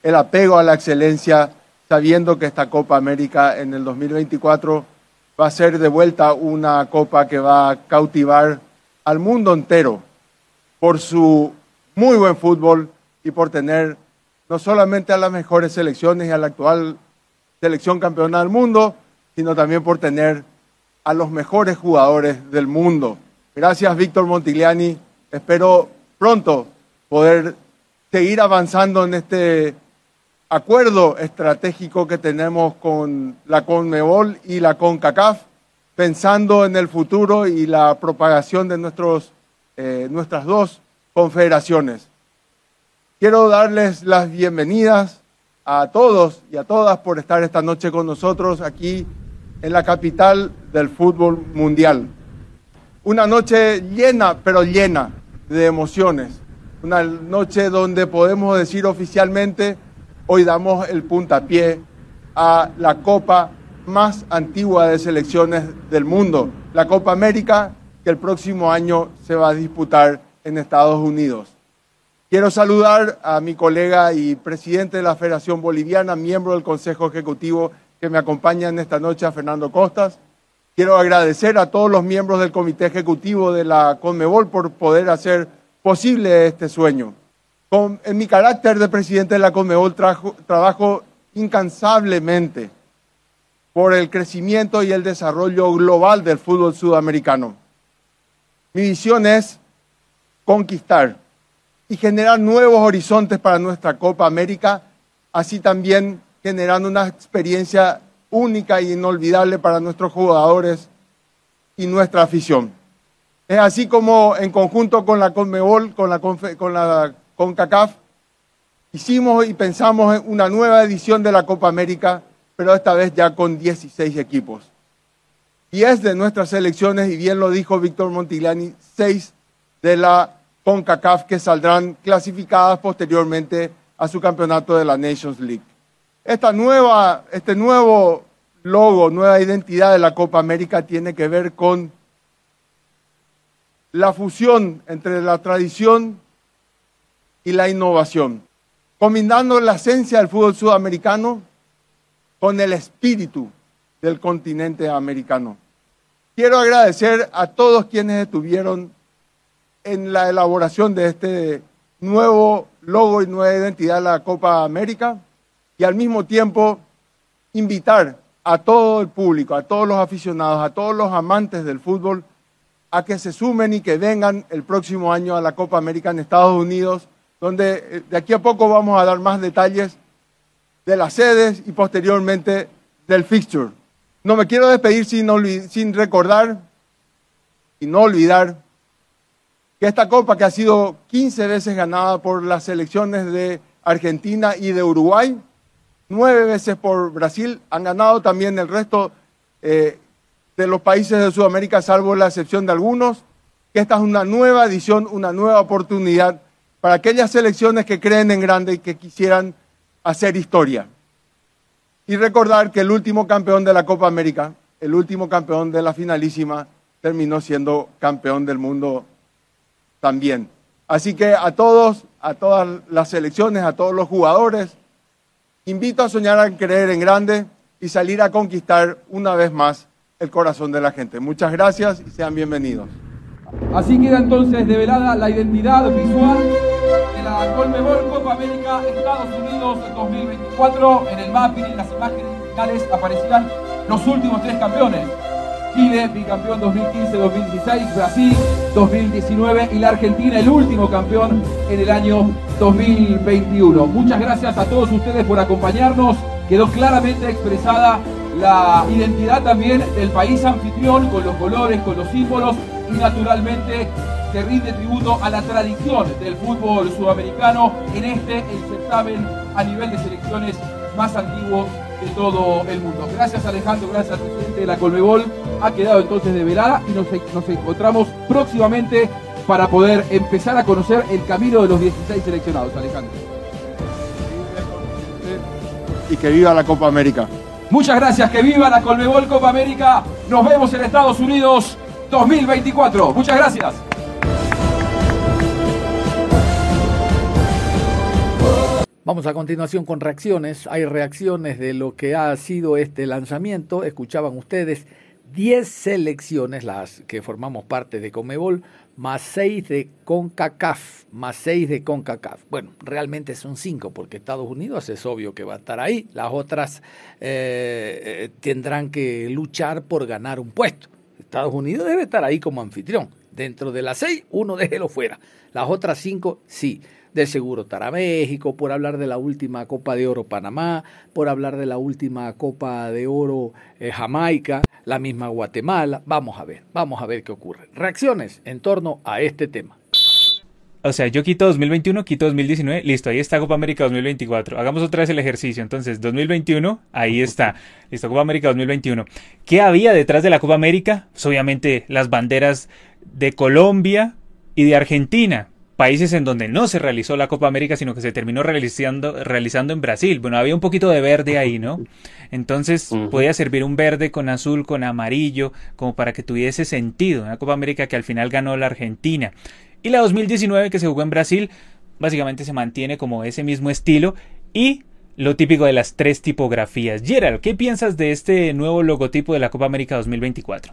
el apego a la excelencia, sabiendo que esta Copa América en el dos mil veinticuatro va a ser de vuelta una copa que va a cautivar al mundo entero por su muy buen fútbol y por tener no solamente a las mejores selecciones y a la actual selección campeona del mundo, sino también por tener a los mejores jugadores del mundo. Gracias, Víctor Montigliani. Espero pronto poder seguir avanzando en este acuerdo estratégico que tenemos con la CONMEBOL y la CONCACAF, pensando en el futuro y la propagación de nuestros, eh, nuestras dos confederaciones. Quiero darles las bienvenidas a todos y a todas por estar esta noche con nosotros aquí en la capital del fútbol mundial. Una noche llena, pero llena de emociones. Una noche donde podemos decir oficialmente, hoy damos el puntapié a la Copa más antigua de selecciones del mundo, la Copa América, que el próximo año se va a disputar en Estados Unidos. Quiero saludar a mi colega y presidente de la Federación Boliviana, miembro del Consejo Ejecutivo que me acompaña en esta noche, a Fernando Costas. Quiero agradecer a todos los miembros del Comité Ejecutivo de la CONMEBOL por poder hacer posible este sueño. Con, en mi carácter de presidente de la CONMEBOL trajo, trabajo incansablemente por el crecimiento y el desarrollo global del fútbol sudamericano. Mi visión es conquistar y generar nuevos horizontes para nuestra Copa América, así también generando una experiencia única e inolvidable para nuestros jugadores y nuestra afición. Es así como en conjunto con la CONMEBOL, con la, con la CONCACAF, hicimos y pensamos en una nueva edición de la Copa América, pero esta vez ya con dieciséis equipos. diez de nuestras selecciones, y bien lo dijo Víctor Montigliani, seis de la CONCACAF que saldrán clasificadas posteriormente a su campeonato de la Nations League. Esta nueva, este nuevo logo, nueva identidad de la Copa América tiene que ver con la fusión entre la tradición y la innovación, combinando la esencia del fútbol sudamericano con el espíritu del continente americano. Quiero agradecer a todos quienes estuvieron en la elaboración de este nuevo logo y nueva identidad de la Copa América, y al mismo tiempo invitar a todo el público, a todos los aficionados, a todos los amantes del fútbol, a que se sumen y que vengan el próximo año a la Copa América en Estados Unidos, donde de aquí a poco vamos a dar más detalles de las sedes y posteriormente del fixture. No me quiero despedir sin, sin recordar y no olvidar que esta Copa, que ha sido quince veces ganada por las selecciones de Argentina y de Uruguay, nueve veces por Brasil, han ganado también el resto eh, de los países de Sudamérica, salvo la excepción de algunos, que esta es una nueva edición, una nueva oportunidad para aquellas selecciones que creen en grande y que quisieran hacer historia. Y recordar que el último campeón de la Copa América, el último campeón de la finalísima, terminó siendo campeón del mundo también. Así que a todos, a todas las selecciones, a todos los jugadores, invito a soñar, a creer en grande y salir a conquistar una vez más el corazón de la gente. Muchas gracias y sean bienvenidos. Así queda entonces develada la identidad visual de la CONMEBOL Copa América Estados Unidos dos mil veinticuatro. En el mapping, en las imágenes finales, aparecerán los últimos tres campeones. Chile, bicampeón dos mil quince dos mil dieciséis, Brasil dos mil diecinueve y la Argentina, el último campeón en el año dos mil veintiuno. Muchas gracias a todos ustedes por acompañarnos. Quedó claramente expresada la identidad también del país anfitrión, con los colores, con los símbolos, y naturalmente se rinde tributo a la tradición del fútbol sudamericano en este, el certamen a nivel de selecciones más antiguo de todo el mundo. Gracias, Alejandro, gracias al presidente de la CONMEBOL. Ha quedado entonces develada y nos, nos encontramos próximamente para poder empezar a conocer el camino de los dieciséis seleccionados, Alejandro. Y que viva la Copa América. Muchas gracias, que viva la CONMEBOL Copa América. Nos vemos en Estados Unidos dos mil veinticuatro. Muchas gracias. Vamos a continuación con reacciones. Hay reacciones de lo que ha sido este lanzamiento. Escuchaban ustedes diez selecciones, las que formamos parte de Conmebol, más seis de CONCACAF, más seis de CONCACAF. Bueno, realmente son cinco, porque Estados Unidos es obvio que va a estar ahí. Las otras eh, tendrán que luchar por ganar un puesto. Estados Unidos debe estar ahí como anfitrión. Dentro de las seis, uno déjelo fuera. Las otras cinco, sí. De seguro estará México, por hablar de la última Copa de Oro Panamá, por hablar de la última Copa de Oro eh, Jamaica, la misma Guatemala. Vamos a ver, vamos a ver qué ocurre. Reacciones en torno a este tema. O sea, yo quito dos mil veintiuno, quito dos mil diecinueve, listo, ahí está Copa América dos mil veinticuatro. Hagamos otra vez el ejercicio. Entonces, dos mil veintiuno, ahí está. Listo, Copa América dos mil veintiuno. ¿Qué había detrás de la Copa América? Pues obviamente las banderas de Colombia y de Argentina. Países en donde no se realizó la Copa América, sino que se terminó realizando, realizando en Brasil. Bueno, había un poquito de verde ahí, ¿no? Entonces, uh-huh. podía servir un verde con azul, con amarillo, como para que tuviese sentido. Una Copa América que al final ganó la Argentina. Y la dos mil diecinueve, que se jugó en Brasil, básicamente se mantiene como ese mismo estilo y lo típico de las tres tipografías. Gerald, ¿qué piensas de este nuevo logotipo de la Copa América dos mil veinticuatro?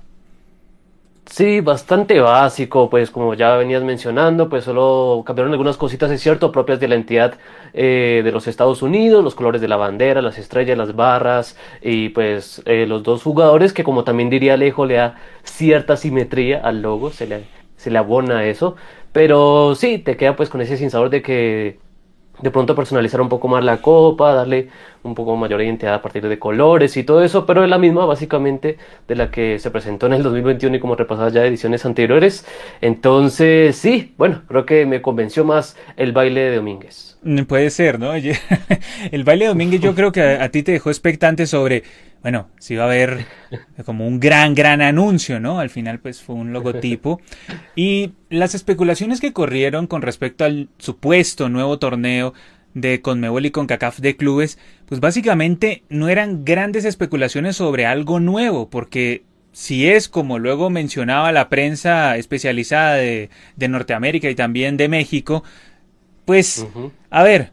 Sí, bastante básico, pues como ya venías mencionando, pues solo cambiaron algunas cositas, es cierto, propias de la entidad eh, de los Estados Unidos, los colores de la bandera, las estrellas, las barras y pues eh, los dos jugadores, que como también diría Alejo, le da cierta simetría al logo, se le, se le abona eso, pero sí, te queda pues con ese sinsabor de que de pronto personalizar un poco más la copa, darle un poco mayor identidad a partir de colores y todo eso, pero es la misma básicamente de la que se presentó en el dos mil veintiuno y como repasadas ya ediciones anteriores. Entonces sí, bueno, creo que me convenció más el baile de Domínguez. Puede ser, ¿no? El baile de Domínguez yo creo que a, a ti te dejó expectante sobre, bueno, si iba a haber como un gran, gran anuncio, ¿no? Al final pues fue un logotipo. Y las especulaciones que corrieron con respecto al supuesto nuevo torneo de Conmebol y CONCACAF de clubes, pues básicamente no eran grandes especulaciones sobre algo nuevo, porque si es como luego mencionaba la prensa especializada de, de Norteamérica y también de México, pues, uh-huh. a ver,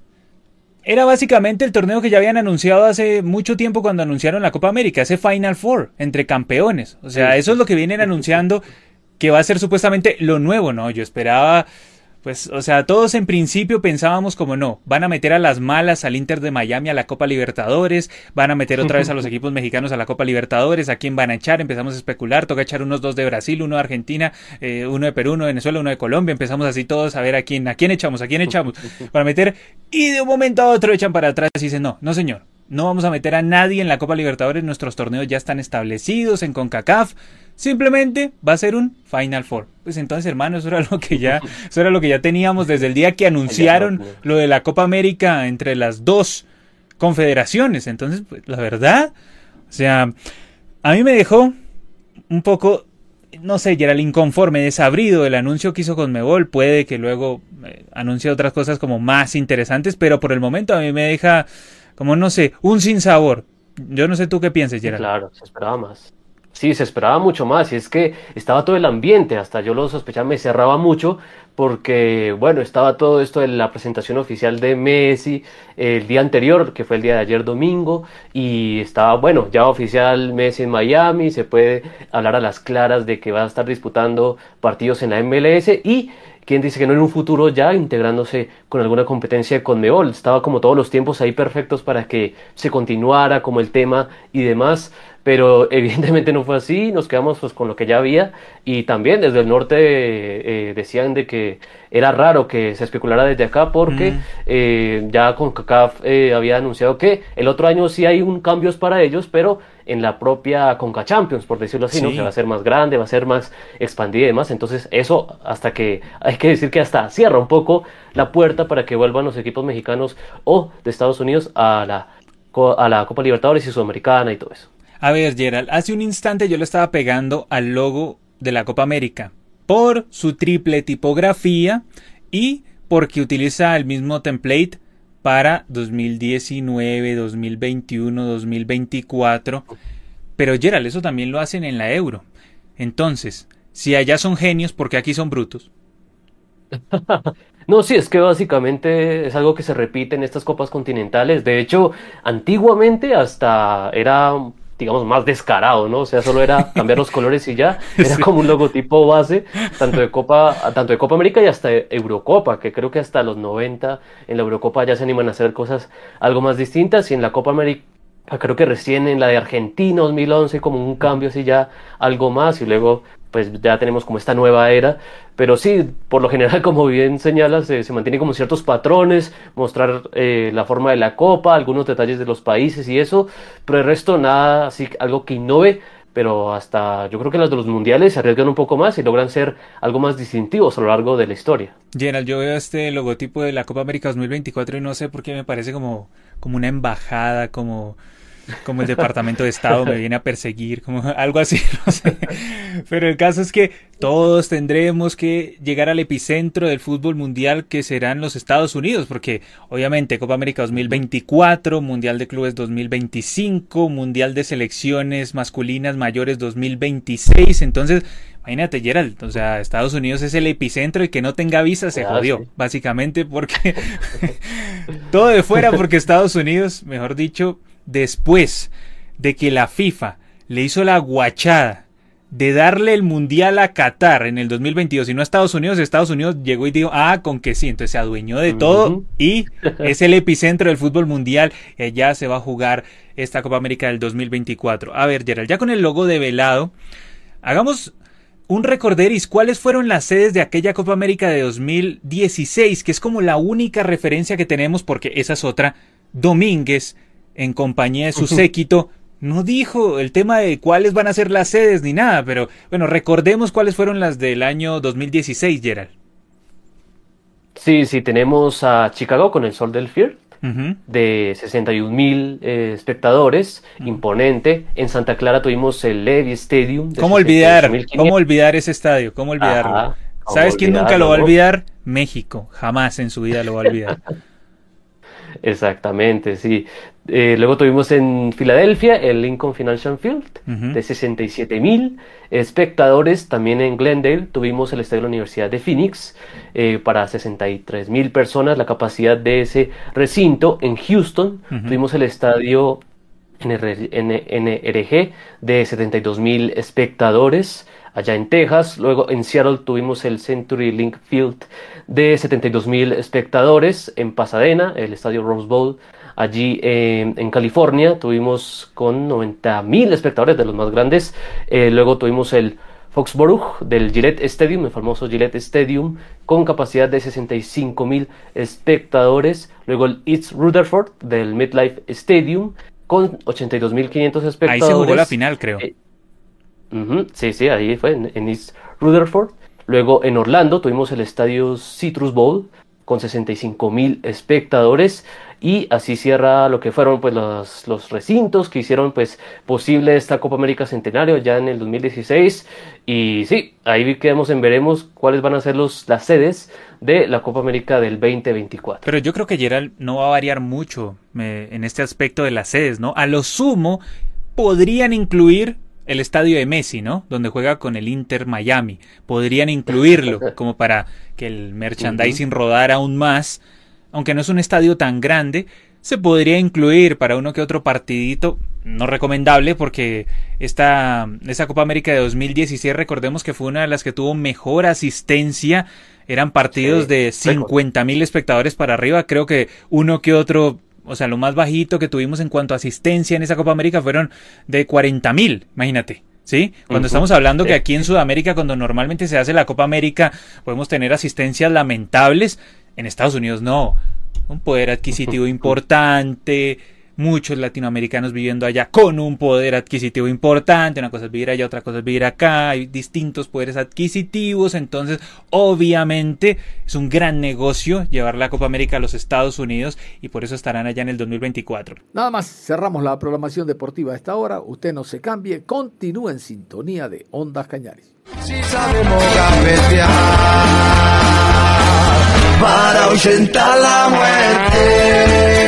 era básicamente el torneo que ya habían anunciado hace mucho tiempo cuando anunciaron la Copa América, ese Final Four entre campeones. O sea, eso es lo que vienen anunciando que va a ser supuestamente lo nuevo, ¿no? Yo esperaba, pues, o sea, todos en principio pensábamos como no, van a meter a las malas al Inter de Miami a la Copa Libertadores, van a meter otra vez a los equipos mexicanos a la Copa Libertadores, ¿a quién van a echar? Empezamos a especular, toca echar unos dos de Brasil, uno de Argentina, eh, uno de Perú, uno de Venezuela, uno de Colombia, empezamos así todos a ver a quién, a quién echamos, a quién echamos para meter, y de un momento a otro echan para atrás y dicen no, no señor, no vamos a meter a nadie en la Copa Libertadores, nuestros torneos ya están establecidos en CONCACAF, simplemente va a ser un Final Four. Pues entonces, hermano, eso era lo que ya, eso era lo que ya teníamos desde el día que anunciaron lo de la Copa América entre las dos confederaciones. Entonces, pues, la verdad, o sea, a mí me dejó un poco, no sé, Gerald, inconforme, desabrido el anuncio que hizo Conmebol. Puede que luego eh, anuncie otras cosas como más interesantes, pero por el momento a mí me deja como, no sé, un sinsabor. Yo no sé tú qué piensas, Gerald. Claro, se esperaba más. Sí, se esperaba mucho más y es que estaba todo el ambiente, hasta yo lo sospechaba, me cerraba mucho porque, bueno, estaba todo esto de la presentación oficial de Messi el día anterior, que fue el día de ayer domingo, y estaba, bueno, ya oficial Messi en Miami, se puede hablar a las claras de que va a estar disputando partidos en la M L S y quién dice que no en un futuro ya integrándose con alguna competencia de Conmebol. Estaba como todos los tiempos ahí perfectos para que se continuara como el tema y demás, pero evidentemente no fue así, nos quedamos pues con lo que ya había y también desde el norte eh, decían de que era raro que se especulara desde acá porque mm. eh, ya CONCACAF eh, había anunciado que el otro año sí hay un cambios para ellos, pero en la propia Conca Champions, por decirlo así, sí. ¿no? Que va a ser más grande, va a ser más expandida y demás, entonces eso hasta que, hay que decir que hasta cierra un poco la puerta para que vuelvan los equipos mexicanos o de Estados Unidos a la, a la Copa Libertadores y Sudamericana y todo eso. A ver, Gerald, hace un instante yo le estaba pegando al logo de la Copa América por su triple tipografía y porque utiliza el mismo template para dos mil diecinueve, dos mil veintiuno, dos mil veinticuatro. Pero Gerald, eso también lo hacen en la Euro. Entonces, si allá son genios, ¿por qué aquí son brutos? No, sí, es que básicamente es algo que se repite en estas copas continentales. De hecho, antiguamente hasta era, digamos, más descarado, ¿no? O sea, solo era cambiar los colores y ya. Era sí. como un logotipo base, tanto de Copa, tanto de Copa América y hasta de Eurocopa, que creo que hasta los noventa en la Eurocopa ya se animan a hacer cosas algo más distintas, y en la Copa América creo que recién en la de Argentina dos mil once como un cambio así ya algo más, y luego pues ya tenemos como esta nueva era. Pero sí, por lo general, como bien señalas, eh, se mantienen como ciertos patrones, mostrar eh, la forma de la copa, algunos detalles de los países y eso, pero el resto nada así, algo que innove. Pero hasta yo creo que las de los mundiales se arriesgan un poco más y logran ser algo más distintivos a lo largo de la historia. Gerald, yo veo este logotipo de la Copa América dos mil veinticuatro y no sé por qué me parece como, como una embajada, como... como el Departamento de Estado me viene a perseguir, como algo así, no sé. Pero el caso es que todos tendremos que llegar al epicentro del fútbol mundial, que serán los Estados Unidos, porque obviamente Copa América dos mil veinticuatro, Mundial de Clubes dos mil veinticinco, Mundial de Selecciones Masculinas Mayores dos mil veintiséis, entonces... imagínate, Gerald, o sea, Estados Unidos es el epicentro y que no tenga visa se jodió, sí. básicamente porque todo de fuera, porque Estados Unidos, mejor dicho, después de que la FIFA le hizo la guachada de darle el Mundial a Qatar en el dos mil veintidós y no a Estados Unidos, Estados Unidos llegó y dijo, ah, con que sí, entonces se adueñó de todo uh-huh. y es el epicentro del fútbol mundial, y allá se va a jugar esta Copa América del dos mil veinticuatro. A ver, Gerald, ya con el logo develado, hagamos... un recorderis, ¿cuáles fueron las sedes de aquella Copa América de dos mil dieciséis? Que es como la única referencia que tenemos, porque esa es otra. Domínguez, en compañía de su séquito, no dijo el tema de cuáles van a ser las sedes ni nada, pero bueno, recordemos cuáles fueron las del año dos mil dieciséis, Gerald. Sí, sí, tenemos a Chicago con el Soldier Field. Uh-huh. De sesenta y un mil eh, espectadores, uh-huh. imponente. En Santa Clara tuvimos el Levi Stadium. ¿Cómo olvidar? ¿Cómo olvidar ese estadio? ¿Cómo olvidarlo? Ajá, ¿cómo ¿Sabes quién nunca lo va a olvidar? México. Jamás en su vida lo va a olvidar. Exactamente, sí. Eh, luego tuvimos en Filadelfia el Lincoln Financial Field uh-huh. de sesenta y siete mil espectadores. También en Glendale tuvimos el estadio de la Universidad de Phoenix eh, para sesenta y tres mil personas, la capacidad de ese recinto. En Houston uh-huh. tuvimos el estadio N R G de setenta y dos mil espectadores. Allá en Texas. Luego en Seattle tuvimos el Century Link Field de setenta y dos mil espectadores. En Pasadena, el estadio Rose Bowl. Allí eh, en California tuvimos con noventa mil espectadores, de los más grandes. Eh, luego tuvimos el Foxborough del Gillette Stadium, el famoso Gillette Stadium, con capacidad de sesenta y cinco mil espectadores. Luego el East Rutherford del MetLife Stadium con ochenta y dos mil quinientos espectadores. Ahí se jugó la final, creo. Eh, Uh-huh, sí, sí, ahí fue, en, en East Rutherford. Luego en Orlando tuvimos el estadio Citrus Bowl con sesenta y cinco mil espectadores, y así cierra lo que fueron pues los, los recintos que hicieron pues posible esta Copa América Centenario ya en el dos mil dieciséis. Y sí, ahí quedamos en veremos cuáles van a ser los, las sedes de la Copa América del veinte veinticuatro. Pero yo creo que Gerald no va a variar mucho eh, en este aspecto de las sedes, ¿no? A lo sumo podrían incluir el estadio de Messi, ¿no? Donde juega con el Inter Miami. Podrían incluirlo como para que el merchandising uh-huh. rodara aún más. Aunque no es un estadio tan grande, se podría incluir para uno que otro partidito. No recomendable, porque esta, esta Copa América de dos mil dieciséis, recordemos que fue una de las que tuvo mejor asistencia. Eran partidos sí, de cincuenta mil espectadores para arriba. Creo que uno que otro... o sea, lo más bajito que tuvimos en cuanto a asistencia en esa Copa América fueron de cuarenta mil, imagínate, ¿sí? Cuando uh-huh. estamos hablando que aquí en Sudamérica, cuando normalmente se hace la Copa América, podemos tener asistencias lamentables, en Estados Unidos no. Un poder adquisitivo importante, muchos latinoamericanos viviendo allá con un poder adquisitivo importante, una cosa es vivir allá, otra cosa es vivir acá, hay distintos poderes adquisitivos, entonces obviamente es un gran negocio llevar la Copa América a los Estados Unidos, y por eso estarán allá en el dos mil veinticuatro. Nada más, cerramos la programación deportiva a esta hora, usted no se cambie, continúa en sintonía de Ondas Cañaris. Si sabemos gambetear para ahuyentar la muerte.